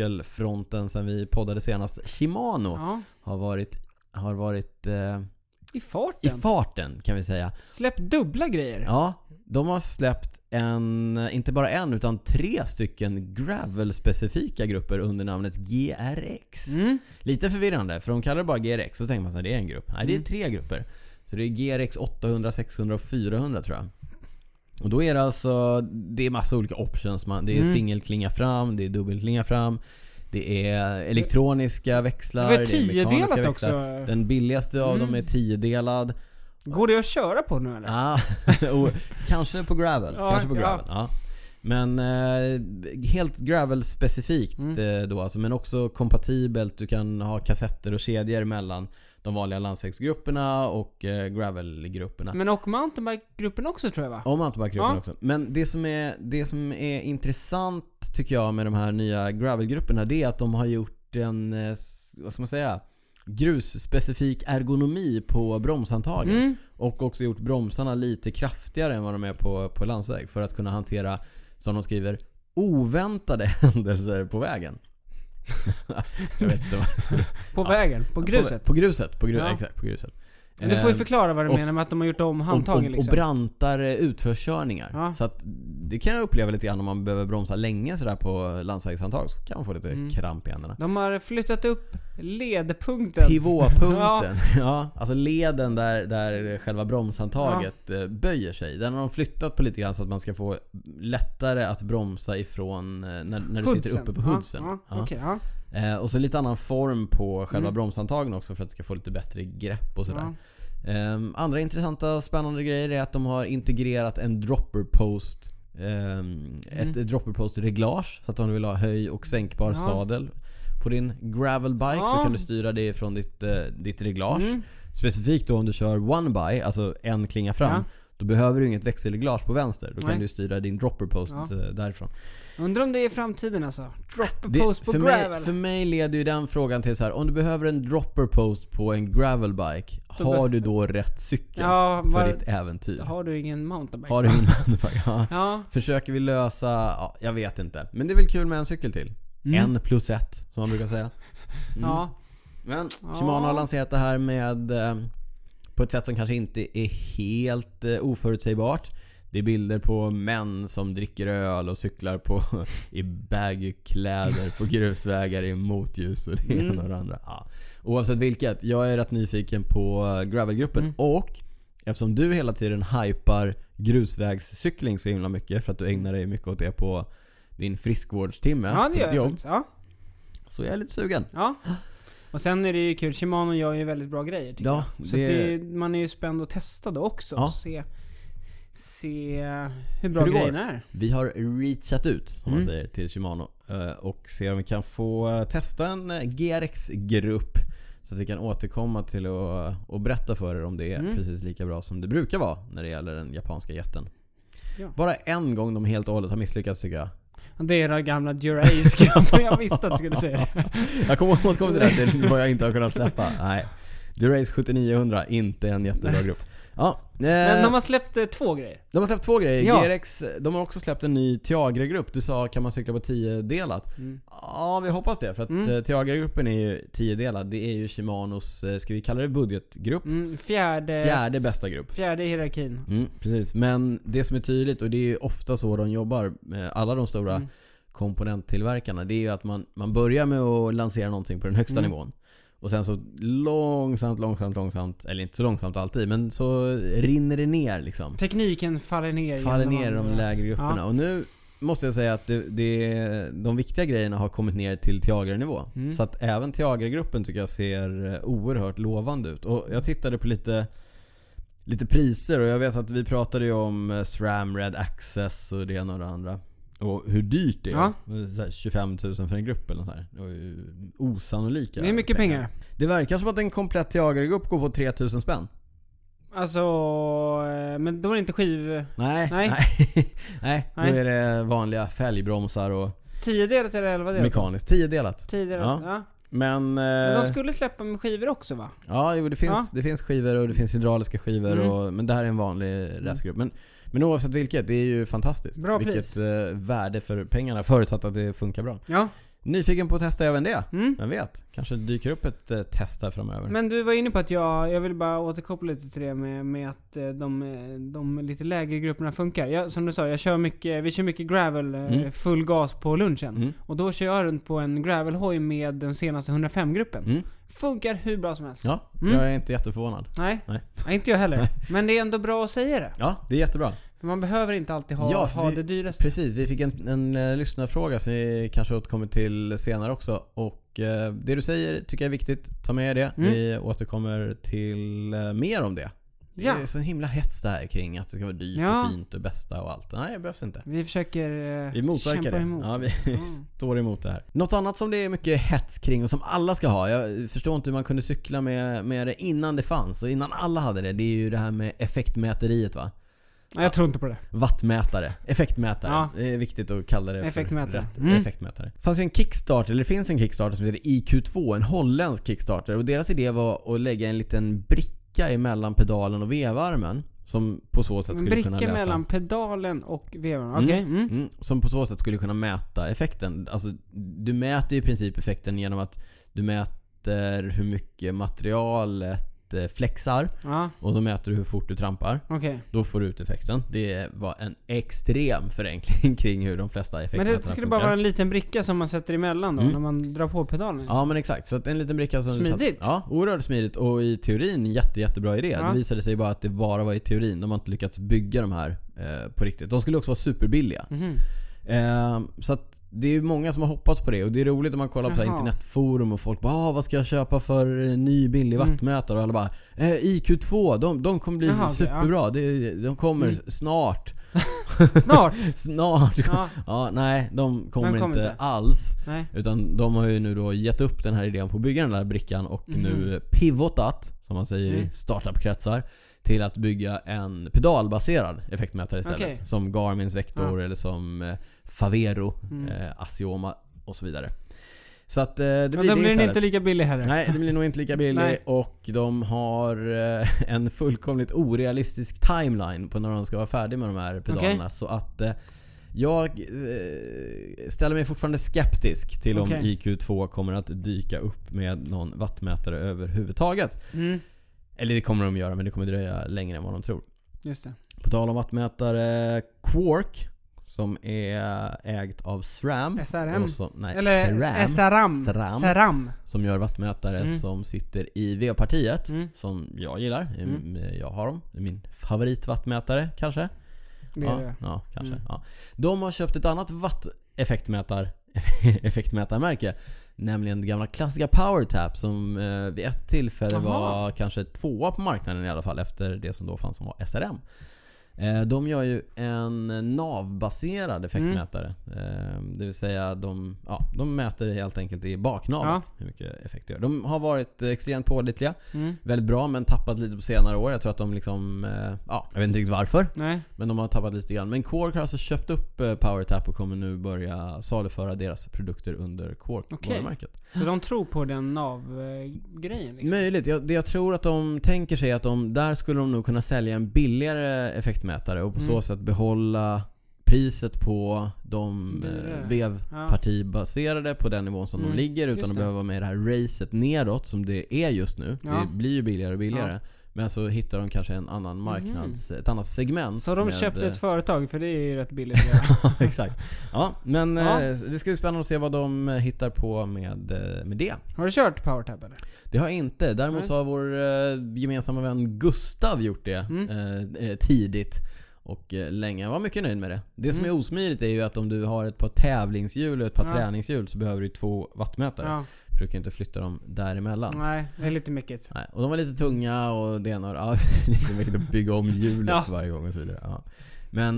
cykelfronten sen vi poddade senast. Shimano ja. har varit har varit eh, I farten? I farten kan vi säga. Släppt dubbla grejer? Ja, de har släppt en, inte bara en utan tre stycken gravel-specifika grupper under namnet G R X. Mm. Lite förvirrande, för de kallar det bara G R X, så tänker man att det är en grupp. Nej, det är mm. tre grupper. Så det är G R X åttahundra, sexhundra och fyrahundra tror jag. Och då är det alltså, det är massa olika options. Man, det är mm. singelklinga fram, det är dubbelklinga fram, det är elektroniska växlar, det är, det är mekaniska växlar. Också. Den billigaste av mm. dem är tiodelad. Går det att köra på nu eller? Ja, kanske på gravel, ja, kanske på gravel. Ja. Ja. Men eh, helt gravel specifikt mm. eh, då alltså, men också kompatibelt. Du kan ha kassetter och kedjor mellan de vanliga landsvägsgrupperna och eh, gravelgrupperna. Men och mountainbike-gruppen också tror jag va? Och mountainbike-gruppen ja. också. Men det som är det som är intressant tycker jag med de här nya gravelgrupperna, det är att de har gjort en eh, vad ska man säga, grusspecifik ergonomi på bromshandtagen mm. och också gjort bromsarna lite kraftigare än vad de är på på landsväg för att kunna hantera, som de skriver, oväntade händelser på vägen. Jag vet inte vad jag skulle... På ja. vägen, på gruset. På, på gruset, på gruset, ja. exakt, på gruset. Men du får ju förklara vad du och, menar med att de har gjort om handtagen och, och, liksom. Och brantare utförskörningar. Ja. Så att det kan jag uppleva lite grann om man behöver bromsa länge sådär på landsvägshandtag, så kan man få lite mm. kramp i händerna. De har flyttat upp ledpunkten. Pivotpunkten. ja. ja, alltså leden där, där själva bromshandtaget ja. böjer sig. Den har de flyttat på lite grann så att man ska få lättare att bromsa ifrån när, när du sitter uppe på hoodsen. Ja, ja. Okay, ja. Eh, och så lite annan form på själva mm. bromshandtagen också för att du ska få lite bättre grepp och sådär. Ja. Eh, andra intressanta spännande grejer är att de har integrerat en dropper post eh, mm. ett dropper post reglage, så att om du vill ha höj- och sänkbar ja. sadel på din gravelbike ja. så kan du styra det från ditt, eh, ditt reglage. Mm. Specifikt då om du kör one by, alltså en klinga fram, ja. då behöver du inget växelreglage på vänster. Då Nej. kan du styra din dropper post ja. därifrån. Undrar om det är framtiden alltså. Dropper post på för gravel. Mig, för mig leder ju den frågan till så här: om du behöver en dropper post på en gravelbike, har du då rätt cykel ja, för ditt äventyr? Har du ingen mountainbike? Har du ingen mountainbike? Ja. ja. Försöker vi lösa, ja, jag vet inte. Men det är väl kul med en cykel till. Mm. En plus ett, som man brukar säga. Mm. Ja. Men Shimano ja. har lanserat det här med eh, på ett sätt som kanske inte är helt eh, oförutsägbart. Det är bilder på män som dricker öl och cyklar på i baggy-kläder på grusvägar i motljus och det ena mm. och det andra. Ja. Oavsett vilket, jag är rätt nyfiken på gravelgruppen mm. och eftersom du hela tiden hypar grusvägscykling så himla mycket för att du ägnar dig mycket åt det på din friskvårdstimme ja, det gör jag ja. så jag är lite sugen. Ja. Och sen är det ju kul, Shimano gör ju väldigt bra grejer tycker ja, jag. Så det... Det, man är ju spänd att testa det också ja. se se hur bra hur grejerna är. Vi har reachat ut som mm. man säger till Shimano och ser om vi kan få testa en G R X-grupp så att vi kan återkomma till att och berätta för er om det är mm. precis lika bra som det brukar vara när det gäller den japanska jätten. Ja. Bara en gång de helt och hållet har misslyckats tycker jag. Det är den gamla Dura-Ace-gruppen. Jag visste att du skulle säga det. Jag kommer återkomma till det här till vad jag inte har kunnat släppa. Nej. Dura-Ace sjuttioniohundra, inte en jättebra grupp. Ja, eh, men de har släppt eh, två grejer. De har släppt två grejer. Ja. G R X, de har också släppt en ny Tiagra-grupp. Du sa, kan man cykla på tio delat? Mm. Ja, vi hoppas det. För att mm. Tiagra-gruppen är ju tio delad. Det är ju Shimanos, ska vi kalla det budgetgrupp? Mm, fjärde, fjärde bästa grupp. Fjärde i hierarkin. Mm, precis. Men det som är tydligt, och det är ju ofta så de jobbar med alla de stora mm. komponenttillverkarna, det är ju att man, man börjar med att lansera någonting på den högsta mm. nivån. Och sen så långsamt, långsamt, långsamt, eller inte så långsamt alltid, men så rinner det ner liksom. Tekniken faller ner. Faller ner i de lägre grupperna. Ja. Och nu måste jag säga att det, det, de viktiga grejerna har kommit ner till Tiagra-nivå. Mm. Så att även Tiagra-gruppen tycker jag ser oerhört lovande ut. Och jag tittade på lite, lite priser och jag vet att vi pratade ju om SRAM, Red Access och det ena och det andra. Och hur dyrt det är. Ja. tjugofem tusen för en grupp eller nåt här. Det var ju osannolika. Det är mycket pengar. pengar. Det verkar som att en komplett Tiagra-grupp går på tre tusen spänn. Alltså, men då är det inte skiv... Nej, nej. Nej, nej då är det vanliga fälgbromsar och... tio delat eller elva delat? Mekaniskt, tio delat. tio delat, ja. ja. Men, men de skulle släppa med skivor också va? Ja, jo, det, finns, ja. det finns skivor och det finns hydrauliska skivor mm. och, men det här är en vanlig racergrupp. Men, men oavsett vilket, det är ju fantastiskt. Bra vilket pris. eh, värde för pengarna, förutsatt att det funkar bra. Ja. Nyfiken på att testa även det. Mm. Jag vet. Kanske dyker upp ett eh, test här framöver. Men du var inne på att jag, jag vill bara återkoppla lite till det med, med att eh, de, de lite lägre grupperna funkar. Jag, som du sa, jag kör mycket, vi kör mycket gravel, eh, mm. full gas på lunchen. Mm. Och då kör jag runt på en gravelhoj med den senaste hundrafem-gruppen. Mm. Funkar hur bra som helst. Ja, mm. jag är inte jätteförvånad. Nej, Nej. Nej inte jag heller. Men det är ändå bra att säga det. Ja, det är jättebra. Man behöver inte alltid ha, ja, ha vi, det dyraste. Precis, vi fick en, en, en lyssnarfråga som vi kanske återkommer till senare också. Och eh, det du säger tycker jag är viktigt. Ta med det. Mm. Vi återkommer till eh, mer om det. Det ja. är så himla hets där kring att det ska vara dyrt ja. och fint och bästa och allt. Nej, det behövs inte. Vi försöker eh, vi motverkar det. Emot. Ja, vi mm. står emot det här. Något annat som det är mycket hets kring och som alla ska ha. Jag förstår inte hur man kunde cykla med, med det innan det fanns och innan alla hade det. Det är ju det här med effektmäteriet, va? Jag ja. tror inte på det. Wattmätare, effektmätare. Ja. Det är viktigt att kalla det effektmätare. för rätt mm. effektmätare. Det fanns ju en Kickstarter, eller det finns en Kickstarter som heter I Q två, en holländsk Kickstarter. Och deras idé var att lägga en liten bricka emellan pedalen och vevarmen. Som på så sätt skulle kunna läsa. En bricka mellan pedalen och vevarmen, okej. Okay. Mm. Mm. Mm. Som på så sätt skulle kunna mäta effekten. Alltså, du mäter ju i princip effekten genom att du mäter hur mycket materialet flexar ja. och så mäter du hur fort du trampar. Okay. Då får du ut effekten. Det var en extrem förenkling kring hur de flesta effekterna funkar. Men det skulle bara vara en liten bricka som man sätter emellan då mm. när man drar på pedalen. Liksom. Ja, men exakt. Så att en liten bricka som smidigt. Ja, oerhört smidigt och i teorin jätte jättebra idé. Ja. Det visade sig bara att det bara var i teorin. De har inte lyckats bygga de här eh, på riktigt. De skulle också vara superbilliga. Mm. Eh, så att det är många som har hoppats på det. Och det är roligt om man kollar på så här internetforum och folk bara, ah, vad ska jag köpa för eh, ny billig mm. wattmätare? Och alla bara, eh, I Q två, de, de kommer bli Jaha, superbra okay, ja. de, de kommer mm. snart. Snart? Snart. Ja. ja, nej, de kommer, kommer inte, inte alls. Nej. Utan de har ju nu då gett upp den här idén på att bygga den där brickan och mm. nu pivotat, som man säger mm. i startup-kretsar, till att bygga en pedalbaserad effektmätare istället. Okay. Som Garmins Vector ja. eller som eh, Favero, mm. eh, Asioma och så vidare. Så att eh, det blir, ja, det blir istället. Inte lika billig heller. Nej, det blir nog inte lika billig. Och de har eh, en fullkomligt orealistisk timeline på när de ska vara färdiga med de här pedalerna. Okay. Så att eh, jag eh, ställer mig fortfarande skeptisk till okay. om I Q två kommer att dyka upp med någon wattmätare överhuvudtaget. Mm. Eller det kommer de göra, men det kommer dröja längre än vad de tror. Just det. På tal om wattmätare, Quark, som är ägt av SRAM. S R M. Så, nej, Eller S R M. SRAM. SRAM. Som gör wattmätare mm. som sitter i V-partiet. Mm. Som jag gillar. Mm. Jag har dem. Det är min favoritwattmätare, kanske. Det ja, är det. Ja, kanske. Mm. Ja. De har köpt ett annat watt-effektmätar effektmätarmärke, nämligen det gamla klassiska PowerTap som eh, vid ett tillfälle Aha. var kanske tvåa på marknaden i alla fall efter det som då fanns som var S R M. Eh, de gör ju en navbaserad effektmätare. Mm. Eh, det vill säga de, ja, de mäter helt enkelt i baknavet ja. hur mycket effekt det gör. De har varit extremt pålitliga. Mm. Väldigt bra, men tappat lite på senare år. Jag tror att de liksom, eh, ja, jag vet inte riktigt varför. Nej. Men de har tappat lite grann. Men Quark har alltså köpt upp eh, PowerTap och kommer nu börja saluföra deras produkter under Quark-varumärket. Okay. Så de tror på den nav-grejen? Liksom. Möjligt. Jag, det jag tror att de tänker sig att de, där skulle de nog kunna sälja en billigare effektmätare och på mm. så sätt behålla priset på de eh, vevpartibaserade ja. på den nivån som mm. de ligger utan att behöva vara med i det här racet neråt som det är just nu. Ja. Det blir ju billigare och billigare. Ja. Men så hittar de kanske en annan marknads mm. ett annat segment. Så de med, köpte ett företag, för det är ju rätt billigt. Ja, exakt. Ja, men ja. Eh, det ska bli spännande att se vad de hittar på med, med det. Har du kört PowerTap eller? Det har jag inte. Däremot Nej. så har vår eh, gemensamma vän Gustav gjort det mm. eh, tidigt. Och länge. Jag var mycket nöjd med det. Det mm. som är osmidigt är ju att om du har ett par tävlingshjul och ett par ja. träningshjul så behöver du två wattmätare. Ja. För du kan inte flytta dem däremellan. Nej, det är lite mycket. Nej, och de var lite tunga och det ena ja, lite mycket att bygga om hjulet ja. varje gång och så vidare. Ja. Men,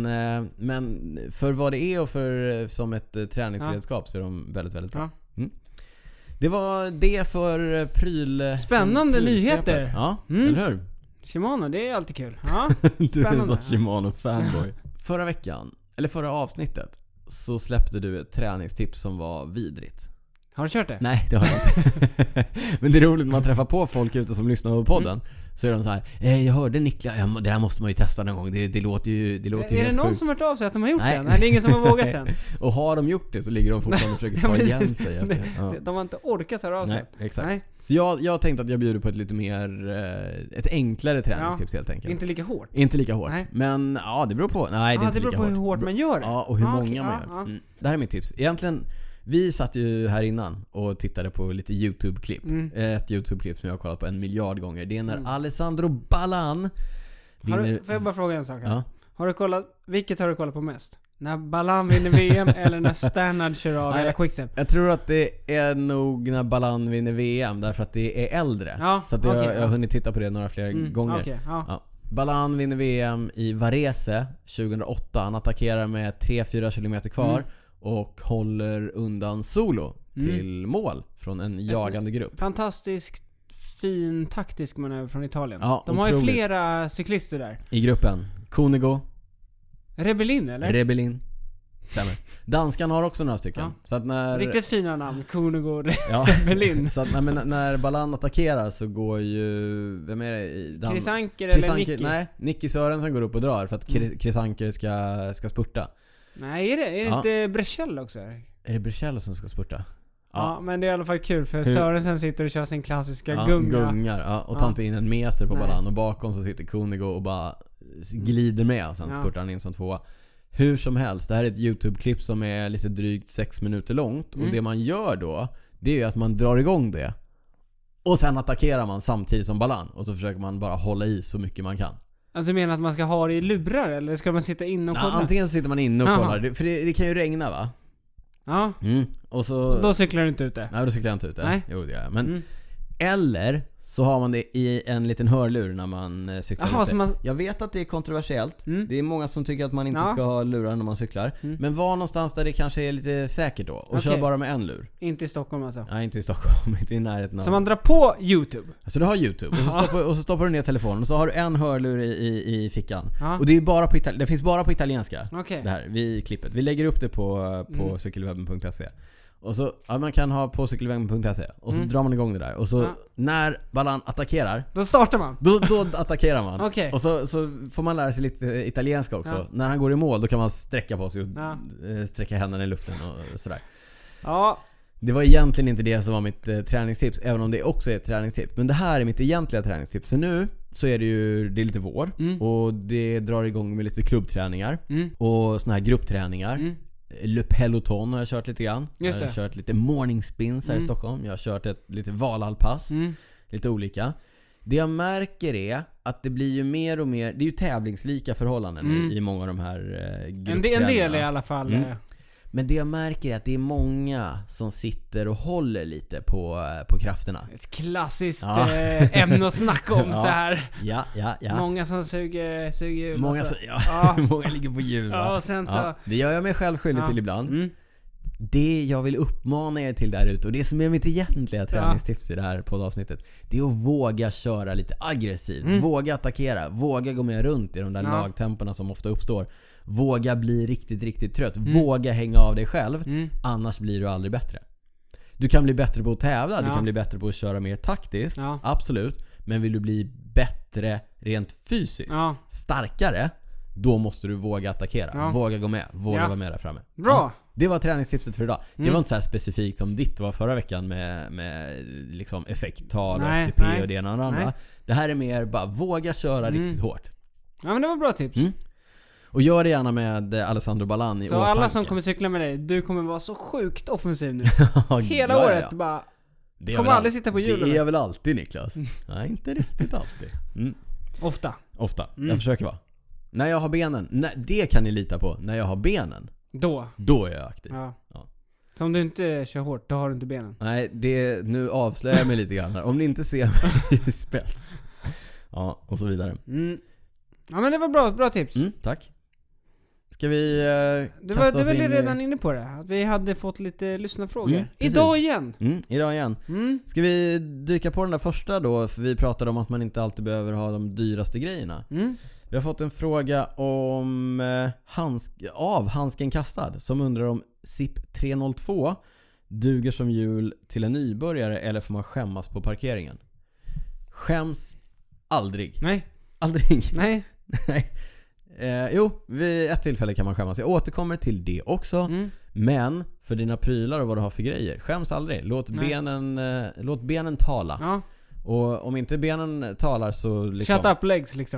men för vad det är och för som ett träningsredskap ja. så är de väldigt, väldigt bra. Ja. Mm. Det var det för pryl... Spännande nyheter. Ja, mm. eller hur? Shimano, det är alltid kul. Ja, du är en sån Shimano-fanboy. Förra veckan, eller förra avsnittet, så släppte du ett träningstips som var vidrigt. Har du kört det? Nej, det har jag inte. Men det är roligt när man träffar på folk ute som lyssnar på podden. Mm. Så är de så här, eh, jag hörde Niklas, ja, det här måste man ju testa någon gång. Det, det låter ju, det låter är ju Är det någon sjukt. som har hört av sig att de har gjort Nej. det? Nej, det är ingen som har vågat den. Och har de gjort det så ligger de fortfarande och försöker ta igen sig. Efter. Ja. De har inte orkat höra av sig. Nej, exakt. Nej. Så jag, jag tänkte att jag bjuder på ett lite mer, ett enklare träningstips ja. helt enkelt. Inte lika hårt. Inte lika hårt. Nej. Men ja, det beror på. Nej, det, är ah, inte det beror lika på hårt. hur hårt man gör det. Ja, och hur ah, många okay. man ah, gör. ah. Mm. Det här är mitt tips. Egentligen, vi satt ju här innan och tittade på lite YouTube-klipp. Mm. Ett YouTube-klipp som jag har kollat på en miljard gånger. Det är när mm. Alessandro Ballan vinner... Har du, får jag bara fråga en sak här? Ja. Har du kollat, vilket har du kollat på mest? När Ballan vinner V M eller när Stannard kör av eller Quickstep? Jag tror att det är nog när Ballan vinner V M därför att det är äldre. Ja, så att det, okay, jag, jag har hunnit titta på det några fler mm, gånger. Okay, ja. Ja. Ballan vinner V M i Varese tjugohundraåtta. Han attackerar med tre fyra kilometer kvar mm. och håller undan solo mm. till mål från en jagande grupp. Fantastiskt fin taktisk manöver från Italien. Ja, de otroligt. har ju flera cyklister där. I gruppen. Cunego. Rebellin eller? Rebellin. Stämmer. Danskan har också några stycken. Ja. Så att när... Riktigt fina namn. Cunego och ja. Rebellin. Så att när, men, när Ballan attackerar så går ju... Vem är det? I Dan... Chris Anker eller Chris Nicky? Nej, Nicky Sörensen går upp och drar för att mm. Chris Anker ska, ska spurta. Nej, är det, är det ja. inte Brechel också? Är det Brechel som ska spurta? Ja. ja, men det är i alla fall kul för Hur? Sörensen sitter och kör sin klassiska ja, gunga. gungar, ja, och tar ja. inte in en meter på Ballan. Och bakom så sitter Cunego och bara glider med och sen ja. spurtar han in som tvåa. Hur som helst, det här är ett YouTube-klipp som är lite drygt sex minuter långt. Mm. Och det man gör då, det är ju att man drar igång det. Och sen attackerar man samtidigt som Ballan. Och så försöker man bara hålla i så mycket man kan. Alltså, du menar att man ska ha det i lurar eller ska man sitta inne och kolla? Ja, antingen så sitter man inne och Aha. kollar. För det, det kan ju regna va? Ja. Mm. Och så... Då cyklar du inte ute. Nej, då cyklar jag inte ute. Nej. Jo, det gör jag. Men... Mm. Eller så har man det i en liten hörlur när man cyklar. Aha, så man... Jag vet att det är kontroversiellt. Mm. Det är många som tycker att man inte ja. ska ha lurar när man cyklar. Mm. Men var någonstans där det kanske är lite säkert då. Och okay. kör bara med en lur. Inte i Stockholm alltså? Nej, inte i Stockholm. Inte i närheten av... Så man drar på YouTube? Alltså du har YouTube. Och så stoppar, och så stoppar du ner telefonen. Och så har du en hörlur i, i, i fickan. Ja. Och det är bara på itali- det finns bara på italienska. Okay. Det här, vi klippet. Vi lägger upp det på, på mm. cykelwebben punkt se. Och så, ja, man kan ha på cykelwebben punkt se. Och så mm. drar man igång det där. Och så ja. när Ballan attackerar, då startar man. Då, då attackerar man. Okay. Och så, så får man lära sig lite italienska också. Ja. När han går i mål, då kan man sträcka på sig och ja. sträcka händerna i luften och sådär. Ja. Det var egentligen inte det som var mitt eh, träningstips, även om det också är ett träningstips. Men det här är mitt egentliga träningstips. Så nu så är det ju, det är lite vår. Mm. Och det drar igång med lite klubbträningar. Mm. Och såna här gruppträningar. Mm. Le Peloton har jag kört lite grann. Jag har kört lite morning spins här mm. i Stockholm. Jag har kört ett lite valallpass. Mm. Lite olika. Det jag märker är att det blir ju mer och mer, det är ju tävlingslika förhållanden mm. i, i många av de här eh, gruppträningarna. En del i alla fall. Mm. Men det jag märker är att det är många som sitter och håller lite på, på krafterna. Ett klassiskt ja. eh, ämne att snacka om ja. så här. Ja, ja, ja. Många som suger, suger hjul. Många, alltså. så, ja. Ja. Många ligger på hjul. Ja, och sen så... Ja. Det gör jag mig själv skyldig ja. till ibland. Mm. Det jag vill uppmana er till där ute, och det som är mitt egentliga träningstips i det här poddavsnittet, det är att våga köra lite aggressivt. Mm. Våga attackera. Våga gå med runt i de där ja. lagtemporna som ofta uppstår. Våga bli riktigt, riktigt trött. Mm. Våga hänga av dig själv. Mm. Annars blir du aldrig bättre. Du kan bli bättre på att tävla. Ja. Du kan bli bättre på att köra mer taktiskt. Ja. Absolut. Men vill du bli bättre rent fysiskt, ja. starkare, då måste du våga attackera. Ja. Våga gå med. Våga ja. vara med där framme. Bra! Ja. Det var träningstipset för idag. Mm. Det var inte så här specifikt som ditt var förra veckan med, med liksom effekttal och F T P nej. och det ena och det andra. Det här är mer bara våga köra mm. riktigt hårt. Ja, men det var bra tips. Mm. Och gör det gärna med Alessandro Ballan i så åtanke. Alla som kommer cykla med dig, du kommer vara så sjukt offensiv nu. Hela ja, året ja. bara det kommer aldrig sitta på hjulen. Det är väl alltid, Niklas. Nej, inte riktigt alltid. Mm. Ofta. Ofta. Mm. Jag försöker vara. När jag har benen, när, det kan ni lita på. När jag har benen, då Då är jag aktiv. Ja. Ja. Så om du inte kör hårt, då har du inte benen. Nej, det, nu avslöjar jag mig lite grann här. Om ni inte ser mig i spets. Ja, och så vidare. Mm. Ja, men det var bra, bra tips. Mm, tack. Ska vi eh, Du var, du var in redan inne på det. Att vi hade fått lite lyssnarfrågor. Mm, idag igen. Mm, idag igen. Mm. Ska vi dyka på den där första då? För vi pratade om att man inte alltid behöver ha de dyraste grejerna. Mm. Vi har fått en fråga om eh, handsk- av Handsken Kastad, som undrar om S I P tre noll två duger som hjul till en nybörjare eller får man skämmas på parkeringen? Skäms aldrig. Nej. Aldrig. Nej. Nej. Eh, jo, vid ett tillfälle kan man skämmas. Jag återkommer till det också. Mm. Men för dina prylar och vad du har för grejer, skäms aldrig. Låt benen, eh, låt benen tala. Ja. Och om inte benen talar så liksom... Shut up legs liksom.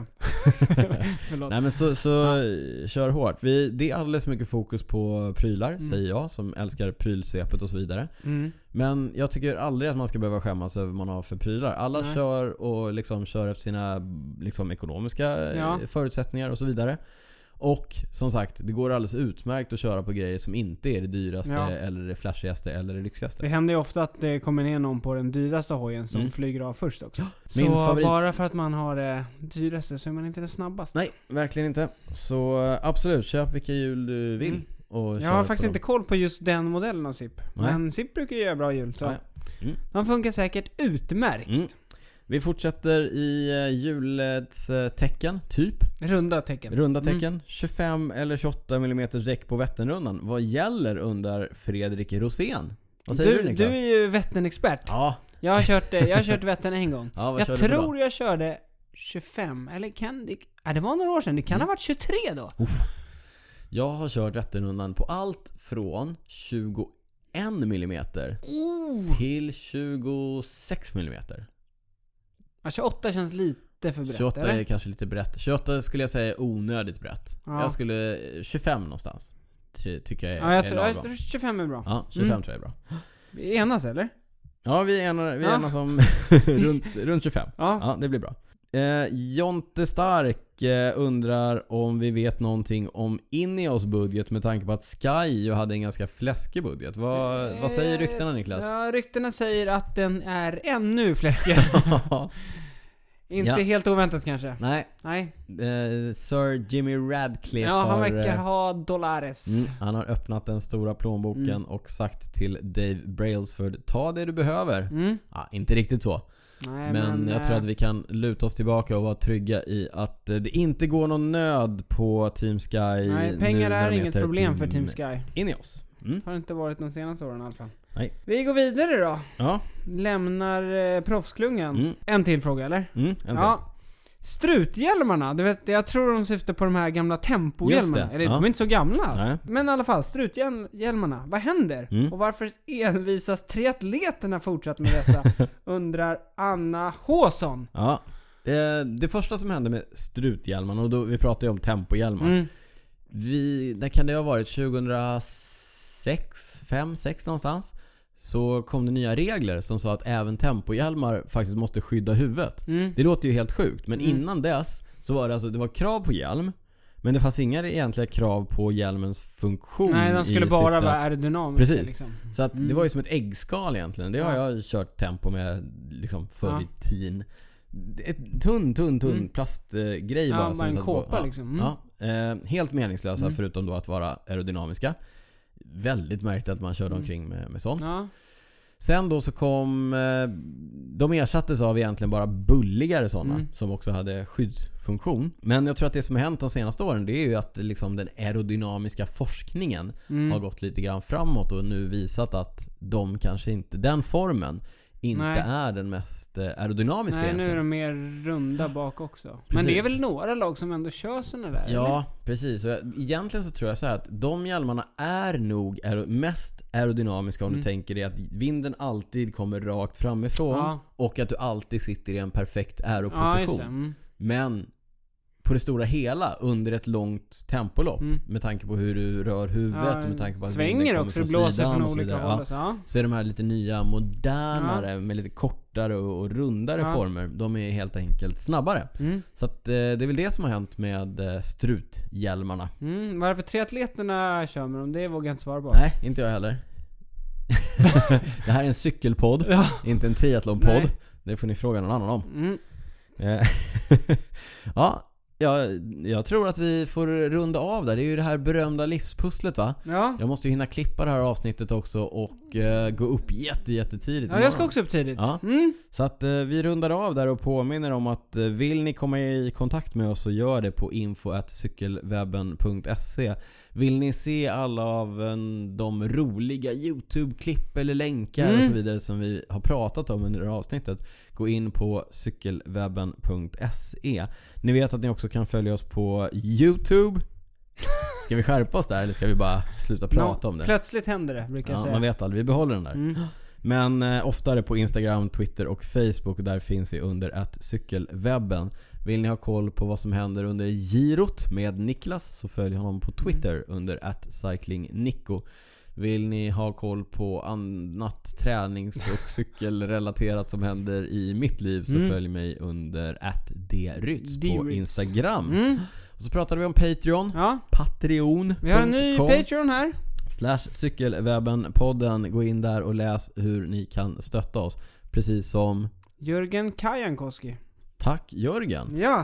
Nej men så, så ja. Kör hårt. Vi, det är alldeles mycket fokus på prylar, mm. säger jag, som älskar prylsvepet och så vidare. Mm. Men jag tycker aldrig att man ska behöva skämmas över vad man har för prylar. Alla Nej. kör och liksom kör efter sina liksom, ekonomiska ja. förutsättningar och så vidare. Och som sagt, det går alldeles utmärkt att köra på grejer som inte är det dyraste ja. eller det flashigaste eller det lyxigaste. Det händer ju ofta att det kommer ner någon på den dyraste hojen som mm. flyger av först också. Min så favorit... bara för att man har det dyraste så är man inte det snabbaste. Nej, verkligen inte. Så absolut, köp vilka hjul du vill. Mm. Och jag har faktiskt inte koll på just den modellen av Zipp. Nej. Men Zipp brukar ju göra bra hjul. Så mm. de funkar säkert utmärkt. Mm. Vi fortsätter i hjulets tecken, typ. Runda tecken. Runda tecken. Mm. tjugofem eller tjugoåtta millimeter däck på Vätternrundan. Vad gäller under Fredrik Rosén? Vad säger du, du Niklas? Du är ju Vättern-expert. Ja. Jag har kört, jag har kört Vättern en gång. Ja, jag tror jag körde tjugofem. Eller kan det... Ja, det var några år sedan. Det kan mm. ha varit tjugotre då. Uff. Jag har kört Vätternrundan på allt från tjugoen millimeter oh. till tjugosex millimeter. tjugoåtta känns lite för brett, tjugoåtta eller? Är kanske lite brett. tjugoåtta skulle jag säga är onödigt brett. Ja. Jag skulle tjugofem någonstans. Ty- tycker jag är, ja, jag är tror, jag tror tjugofem är bra. Ja, tjugofem mm. tror jag är bra. Vi enas eller? Ja, vi enar vi ja. enas om runt runt tjugofem. Ja. Ja, det blir bra. Eh, Jonte Stark eh, undrar om vi vet någonting om Ineos budget med tanke på att Sky ju hade en ganska fläskig budget. Vad, eh, vad säger ryktena, Niklas? Ja, ryktena säger att den är ännu fläskigare. Inte ja. helt oväntat kanske. Nej. Nej. Eh, Sir Jimmy Radcliffe ja, han har, verkar ha dollares. Mm, han har öppnat den stora plånboken mm. och sagt till Dave Brailsford, ta det du behöver. Mm. Ja, inte riktigt så. Nej, men, men jag tror att vi kan luta oss tillbaka och vara trygga i att det inte går någon nöd på Team Sky. Nej, pengar är inget problem för Team Sky. Ineos. Mm. Har inte varit de senaste åren i alla fall. Nej. Vi går vidare då. Ja. Lämnar eh, proffsklungan. Mm. En till fråga, eller? Mm, en till. Ja. Struthjälmarna, du vet, jag tror de syftar på de här gamla tempohjälmarna. Eller ja. De är inte så gamla. Nej. Men i alla fall, struthjälmarna. Vad händer? Mm. Och varför envisas triatleterna fortsatt med dessa? Undrar Anna Håsson. Ja. Det, det första som hände med struthjälmarna, och då, vi pratar ju om tempohjälmar. Mm. Vi, där kan det ha varit tjugohundrasex, fem, sex någonstans. Så kom det nya regler som sa att även tempohjälmar faktiskt måste skydda huvudet. Mm. Det låter ju helt sjukt, men mm. innan dess så var det alltså, det var krav på hjälm, men det fanns inga egentliga krav på hjälmens funktion. Nej, den skulle bara vara aerodynamisk. Precis. Liksom. Så att mm. det var ju som ett äggskal egentligen. Det har ja. jag kört tempo med liksom förr ja. i tiden. Ett tunn, tunn, tunn mm. plastgrej ja, bara. bara en kåpa ja, liksom. Mm. Ja, eh, helt meningslösa mm. förutom då att vara aerodynamiska. Väldigt märkligt att man körde mm. omkring med, med sånt. Ja. Sen då så kom de ersattes av egentligen bara bulligare sådana mm. som också hade skyddsfunktion. Men jag tror att det som har hänt de senaste åren, det är ju att liksom den aerodynamiska forskningen mm. har gått lite grann framåt och nu visat att de kanske inte, den formen inte Nej. är den mest aerodynamiska. Nej, egentligen. Nu är de mer runda bak också. Precis. Men det är väl några lag som ändå kör såna där? Ja, eller? precis. Och egentligen så tror jag så här att de hjälmarna är nog aer- mest aerodynamiska om mm. du tänker dig att vinden alltid kommer rakt framifrån ja. och att du alltid sitter i en perfekt aeroposition. Ja, mm. Men på det stora hela under ett långt tempolopp mm. med tanke på hur du rör huvudet ja, och med tanke på att svänger också, det blåser från olika håll. Ja. Så är de här lite nya, modernare ja. med lite kortare och, och rundare ja. former. De är helt enkelt snabbare. Mm. Så att, eh, det är väl det som har hänt med eh, struthjälmarna. Mm. Varför triatleterna kör med dem, det vågar jag inte svara på. Nej, inte jag heller. Det här är en cykelpodd, ja. inte en triathlonpodd. Det får ni fråga någon annan om. Mm. Ja, Ja, jag tror att vi får runda av där. Det är ju det här berömda livspusslet, va? Ja. Jag måste ju hinna klippa det här avsnittet också och uh, gå upp jätte, jättetidigt. Ja, jag ska också upp tidigt. Ja. Mm. Så att uh, vi rundar av där och påminner om att uh, vill ni komma i kontakt med oss så gör det på info at cykelwebben punkt se. Vill ni se alla av um, de roliga YouTube-klipp eller länkar mm. och så vidare som vi har pratat om under det här avsnittet, gå in på cykelwebben punkt se. Ni vet att ni också kan följa oss på YouTube. Ska vi skärpa oss där eller ska vi bara sluta prata no, om det? Plötsligt händer det, brukar jag ja, säga. Man vet aldrig, vi behåller den där. Mm. Men eh, oftare på Instagram, Twitter och Facebook. Där finns vi under att cykelwebben. Vill ni ha koll på vad som händer under girot med Niklas så följ honom på Twitter mm. under at cyclingnico. Vill ni ha koll på annat tränings- och cykelrelaterat som händer i mitt liv så mm. följ mig under at drytz på Instagram. Mm. Och så pratade vi om Patreon. Ja. Patreon. Vi har en ny Patreon här. Slash cykelwebben-podden. Gå in där och läs hur ni kan stötta oss. Precis som Jörgen Kajankoski. Tack Jörgen. Ja.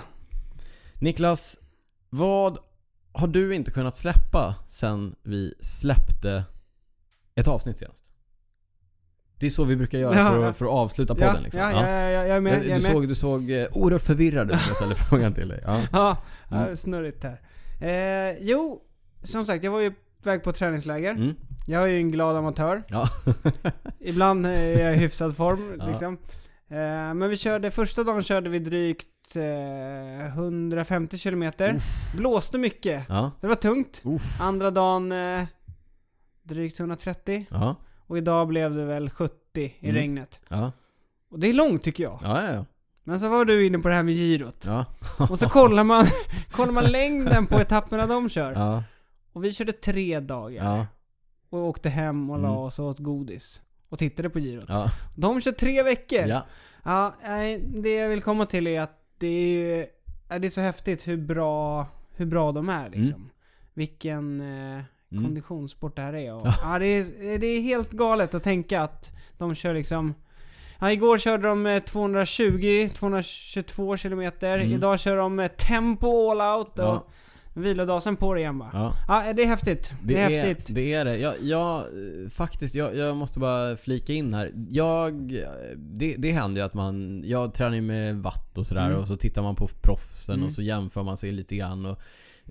Niklas, vad har du inte kunnat släppa sen vi släppte ett avsnitt senast? Det är så vi brukar göra ja, för, ja. för att avsluta podden. Ja, liksom. ja, ja, ja, jag är med. Du, jag är med. Såg, du såg uh, oerhört förvirrad ut när jag ställde frågan till dig. Ja, ja mm. snurrigt här. Eh, jo, som sagt, jag var ju på väg på träningsläger. Mm. Jag är ju en glad amatör. Ja. Ibland är jag i hyfsad form. Ja. Liksom. Eh, men vi körde, första dagen körde vi drygt eh, hundrafemtio kilometer. Uff. Blåste mycket. Ja. Det var tungt. Uff. Andra dagen eh, drygt hundratrettio. Ja. Och idag blev det väl sjuttio i mm. regnet. Ja. Och det är långt tycker jag. Ja, ja, ja. Men så var du inne på det här med girot. Ja. Och så kollar man, kollar man längden på etapperna de kör. Ja. Och vi körde tre dagar. Ja. Och åkte hem och la mm. oss åt godis. Och tittade på girot. Ja. De kör tre veckor. Ja. Ja, det jag vill komma till är att det är, det är så häftigt hur bra, hur bra de är liksom. Mm. Vilken eh, mm. konditionssport det här är. Och, ja. Ja, det är. Det är helt galet att tänka att de kör liksom... Ja, igår körde de tvåhundratjugo till tvåhundratjugotvå kilometer. Mm. Idag kör de tempo all out. Och ja. Vilodag sen på det igen bara. Ja. Ja, det är häftigt. Det, det är, är häftigt. Det är det. Jag, jag faktiskt jag, jag måste bara flika in här. Jag det, det händer ju att man jag tränar ju med watt och sådär mm. och så tittar man på proffsen mm. och så jämför man sig lite grann och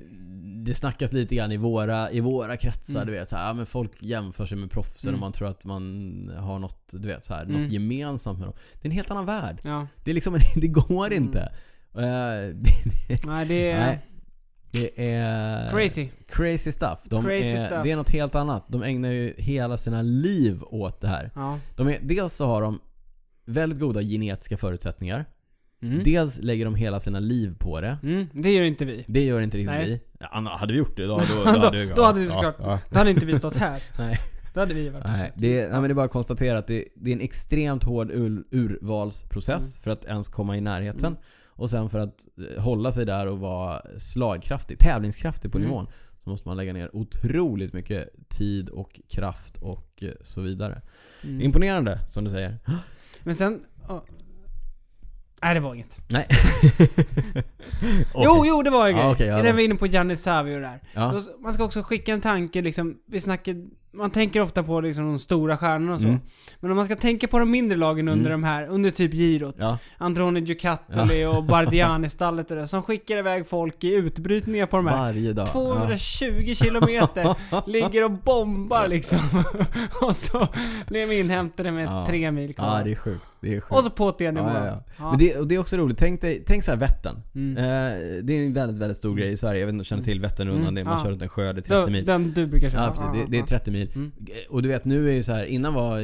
det snackas lite grann i våra i våra kretsar mm. du vet så här, ja, men folk jämför sig med proffsen mm. och man tror att man har något du vet så här mm. något gemensamt med dem. Det är en helt annan värld. Ja. Det är liksom det går mm. inte. Uh, det, det, nej, det är nej. Det är crazy crazy stuff. De crazy är, stuff. Det är något helt annat. De ägnar ju hela sina liv åt det här. Ja. De är, dels så har de väldigt goda genetiska förutsättningar. Mm. Dels lägger de hela sina liv på det. Mm, det gör inte vi. Det gör inte riktigt vi. Ja, hade vi gjort det då, då, då, då hade, vi, då hade vi såklart. Ja, ja. Då hade inte vi stått här. Nej. Då hade vi varit. Nej, det är, nej, men det är bara att konstatera att det, det är en extremt hård ur, urvalsprocess mm. för att ens komma i närheten. Mm. Och sen för att hålla sig där och vara slagkraftig, tävlingskraftig på mm. nivån, så måste man lägga ner otroligt mycket tid och kraft och så vidare. Mm. Imponerande, som du säger. Men sen... Oh. Nej, det var inget. Nej. okay. Jo, jo, det var en grej. Ah, okay, ja, när vi var inne på Gianni Savio där. Ja. Då, man ska också skicka en tanke liksom, vi snackar, man tänker ofta på liksom de stora stjärnorna och så. Mm. Men om man ska tänka på de mindre lagen under mm. de här, under typ girot. Ja. Androni Giocattoli ja. och Bardiani-stallet och det, som skickar iväg folk i utbrytningar på de här. Varje dag. tvåhundratjugo ja. kilometer ligger och bombar liksom. Och så blir de inhämtade med ja. tre mil kvar. Ja, det är sjukt. Det är sjukt. Och så på det nivå. Ja, ja, ja. Men det, och det är också roligt. Tänk dig, tänk så här Vättern. Mm. Eh, det är en väldigt, väldigt stor grej i Sverige. Jag vet inte om du känner till Vätternrundan. Mm. Man ja. kör runt en sjö, det är trettio mil. Den du brukar köra. Ja, precis. Det, det är trettio mil. Mm. Och du vet, nu är ju så här, innan var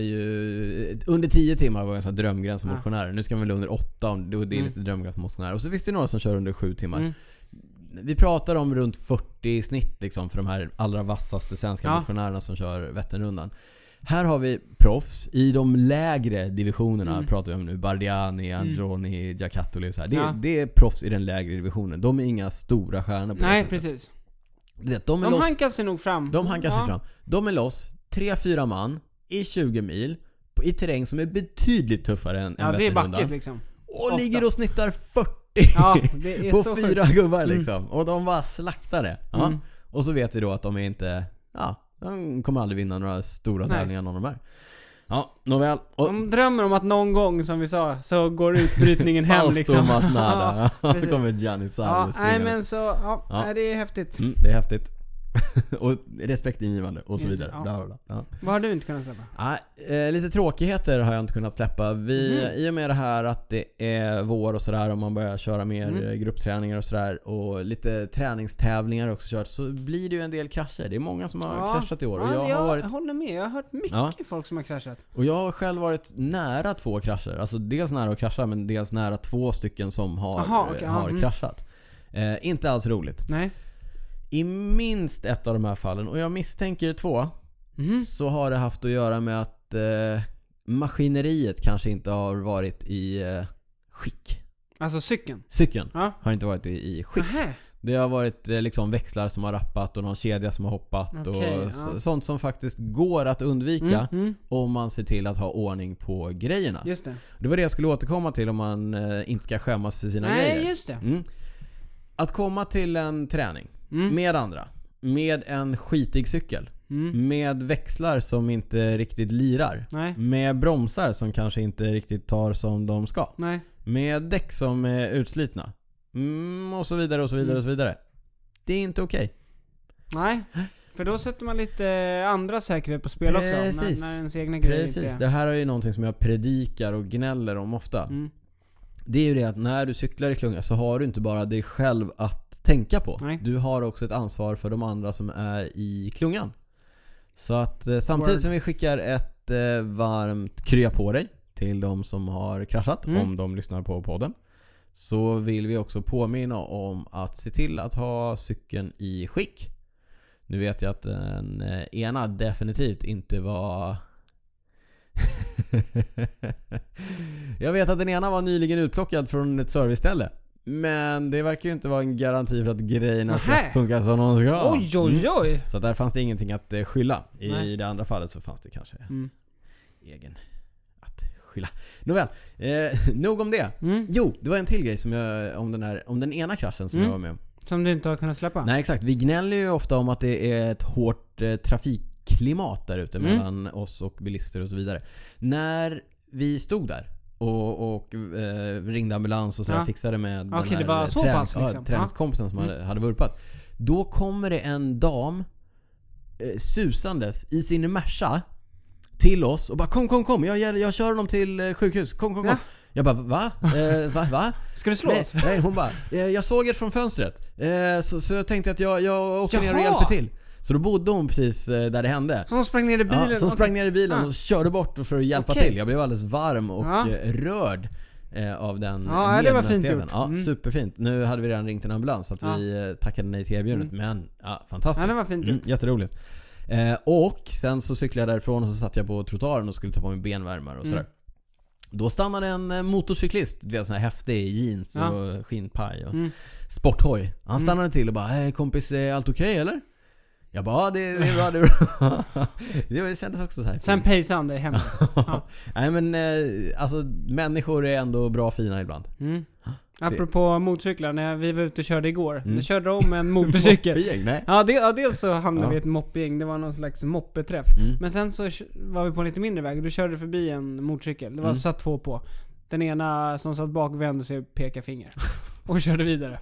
ju under tio timmar var en sån här drömgräns som ja. motionärer. Nu ska man väl under åtta, och det är mm. lite drömgräns för motionärer. Och så finns det några som kör under sju timmar. Mm. Vi pratar om runt fyrtio i snitt liksom, för de här allra vassaste svenska ja. motionärerna som kör Vätternrundan. Här har vi proffs i de lägre divisionerna. Mm. Pratar vi om nu Bardiani, Androni, mm. Giocattoli och så här. Det, ja. det är proffs i den lägre divisionen. De är inga stora stjärnor på Nej, det precis. Du vet, de är de loss. hankar sig nog fram. De hankar sig ja. fram. De är loss tre fyra man i tjugo mil i terräng som är betydligt tuffare än Ja, en det är backigt liksom. Och Ofta. ligger och snittar fyrtio Ja, det är på så fyra sjukt. gubbar liksom. Mm. Och de var slaktade. Ja. Mm. Och så vet vi då att de är inte... Ja, de kommer aldrig vinna några stora Nej. tävlingar någon av de här. Ja, nåväl. Och de drömmer om att någon gång, som vi sa, så går utbrytningen hem liksom. Thomas nära. Ja, då kommer Gianni Sarri ja, springa. Nej men så, ja, Ja. Nej, det är häftigt. Mm, det är häftigt. Och respektingivande och så vidare. Ja. Bla, bla, bla. Ja. Vad har du inte kunnat släppa? Ja, eh, lite tråkigheter har jag inte kunnat släppa. Vi, Mm. I och med det här att det är vår och sådär, och man börjar köra mer Mm. gruppträningar och sådär, och lite träningstävlingar också kört, så blir det ju en del krascher. Det är många som har Ja. kraschat i år. Och Ja, jag, jag har varit, håller med, jag har hört mycket Ja. folk som har kraschat. och jag har själv varit nära två krascher. Alltså dels nära att krascha, men dels nära två stycken som har, Aha, okay, har mm. kraschat. Eh, inte alls roligt. Nej. I minst ett av de här fallen, och jag misstänker två, Mm. så har det haft att göra med att eh, maskineriet kanske inte har varit i eh, skick. Alltså cykeln? Cykeln Ja. har inte varit i, i skick. Nähä. Det har varit eh, liksom växlar som har rappat och någon kedja som har hoppat. Okej, och ja. så, sånt som faktiskt går att undvika Mm, mm. om man ser till att ha ordning på grejerna. Just det. Det var det jag skulle återkomma till, om man eh, inte ska skämmas för sina Nej, grejer. just det. Mm. Att komma till en träning Mm. med andra, med en skitig cykel, Mm. med växlar som inte riktigt lirar, Nej. med bromsar som kanske inte riktigt tar som de ska, Nej. med däck som är utslitna, mm, och så vidare och så vidare Mm. och så vidare. Det är inte okej. Nej. För då sätter man lite andra säkerhet på spel också. Precis. När, när ens egna grejer Precis, inte... det här är ju någonting som jag predikar och gnäller om ofta. Mm. Det är ju det att när du cyklar i klunga så har du inte bara dig själv att tänka på. Nej. Du har också ett ansvar för de andra som är i klungan. Så att eh, samtidigt Word. som vi skickar ett eh, varmt krya på dig till de som har kraschat, Mm. om de lyssnar på podden, så vill vi också påminna om att se till att ha cykeln i skick. Nu vet jag att den eh, ena definitivt inte var... Jag vet att den ena var nyligen utplockad från ett serviceställe, men det verkar ju inte vara en garanti för att grejerna ska Nähä. funka som de ska. Oj, oj, oj. Mm. Så där fanns det ingenting att eh, skylla. I Nej. det andra fallet så fanns det kanske Mm. egen att skylla. Nåväl, eh, nog om det. Mm. Jo, det var en till grej som jag, om den, här, om den ena kraschen som Mm. jag var med om. Som du inte har kunnat släppa? Nej, exakt. Vi gnäller ju ofta om att det är ett hårt eh, trafikklimat där ute Mm. mellan oss och bilister och så vidare. När vi stod där och, och eh, ringde ambulans och så Ja. där, fixade med den Okej, här det var så tränings- pass, liksom. ja, träningskompisen som Mm. hade, hade vurpat. Då kommer det en dam eh, susandes i sin Merca till oss och bara kom, kom, kom, jag, jag, jag kör honom till eh, sjukhus, kom, kom, kom. Ja. Jag bara, va? Eh, va? va? Ska du slå Nej, oss? nej, hon bara, eh, jag såg er från fönstret, eh, så, så jag tänkte att jag, jag åker ner och Jaha. hjälper till. Så då bodde hon precis eh, där det hände. Så hon sprang ner i bilen? Ja, så hon sprang ner i bilen Ah. och körde bort för att hjälpa Okej. till. Jag blev alldeles varm och Ja. eh, rörd eh, av den Ja, det var fint medmänskligheten. gjort. Ja, Mm. superfint. Nu hade vi redan ringt en ambulans så att Ja. vi eh, tackade nej till erbjudandet. Men ja, fantastiskt. Ja, det var fint mm, gjort. jätteroligt. Eh, och sen så cyklade jag därifrån och så satt jag på trottoaren och skulle ta på mig benvärmare och sådär. Mm. Då stannade en eh, motorcyklist, du vet, sån här häftig jeans Ja. och skinnpaj och Mm. sporthoj. Han stannade till och bara, hej kompis, är allt okej eller? Jag bara, ja, det, det är bra, det är bra. Det kändes också så här. Sen pejsade han dig hem. Ja. Nej men eh, alltså människor är ändå bra fina ibland. Mm. Apropå motorcyklar, när vi var ute och körde igår. Mm. Då körde om en motorcykel. Moppegäng, nej. Ja, det, ja, dels så hamnade Ja. vi i ett moppegäng. Det var någon slags moppeträff. Mm. Men sen så var vi på en lite mindre väg och då körde förbi en motorcykel. Det var Mm. satt två på. Den ena som satt bak vände sig och pekade finger. Och körde vidare.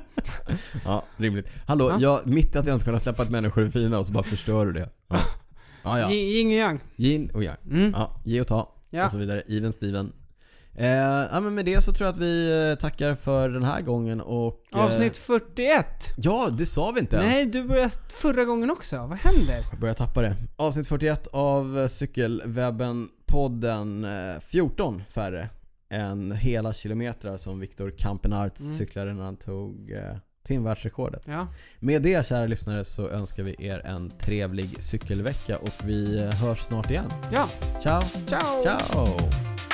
Ja, rimligt. Hallå, Ja. jag, mitt i att jag inte kunnat släppa att människor är fina och så bara förstör du det. Ja, ja. ja. Yin yin och yang. Yin och yang. Mm. Ja, ge och ta. Ja. Och så vidare. Even Steven. Eh, ja, men med det så tror jag att vi eh, tackar för den här gången och... Eh, Avsnitt fyrtioett. Ja, det sa vi inte ens. Nej, du började förra gången också. Vad händer? Jag börjar tappa det. Avsnitt fyrtioett av eh, Cykelwebben-podden. Eh, fjorton färre än hela kilometrar som Viktor Kampenarts Mm. cyklade när han tog eh, timvärldsrekordet. Ja. Med det, kära lyssnare, så önskar vi er en trevlig cykelvecka och vi eh, hörs snart igen. Ja. Ciao! Ciao! Ciao!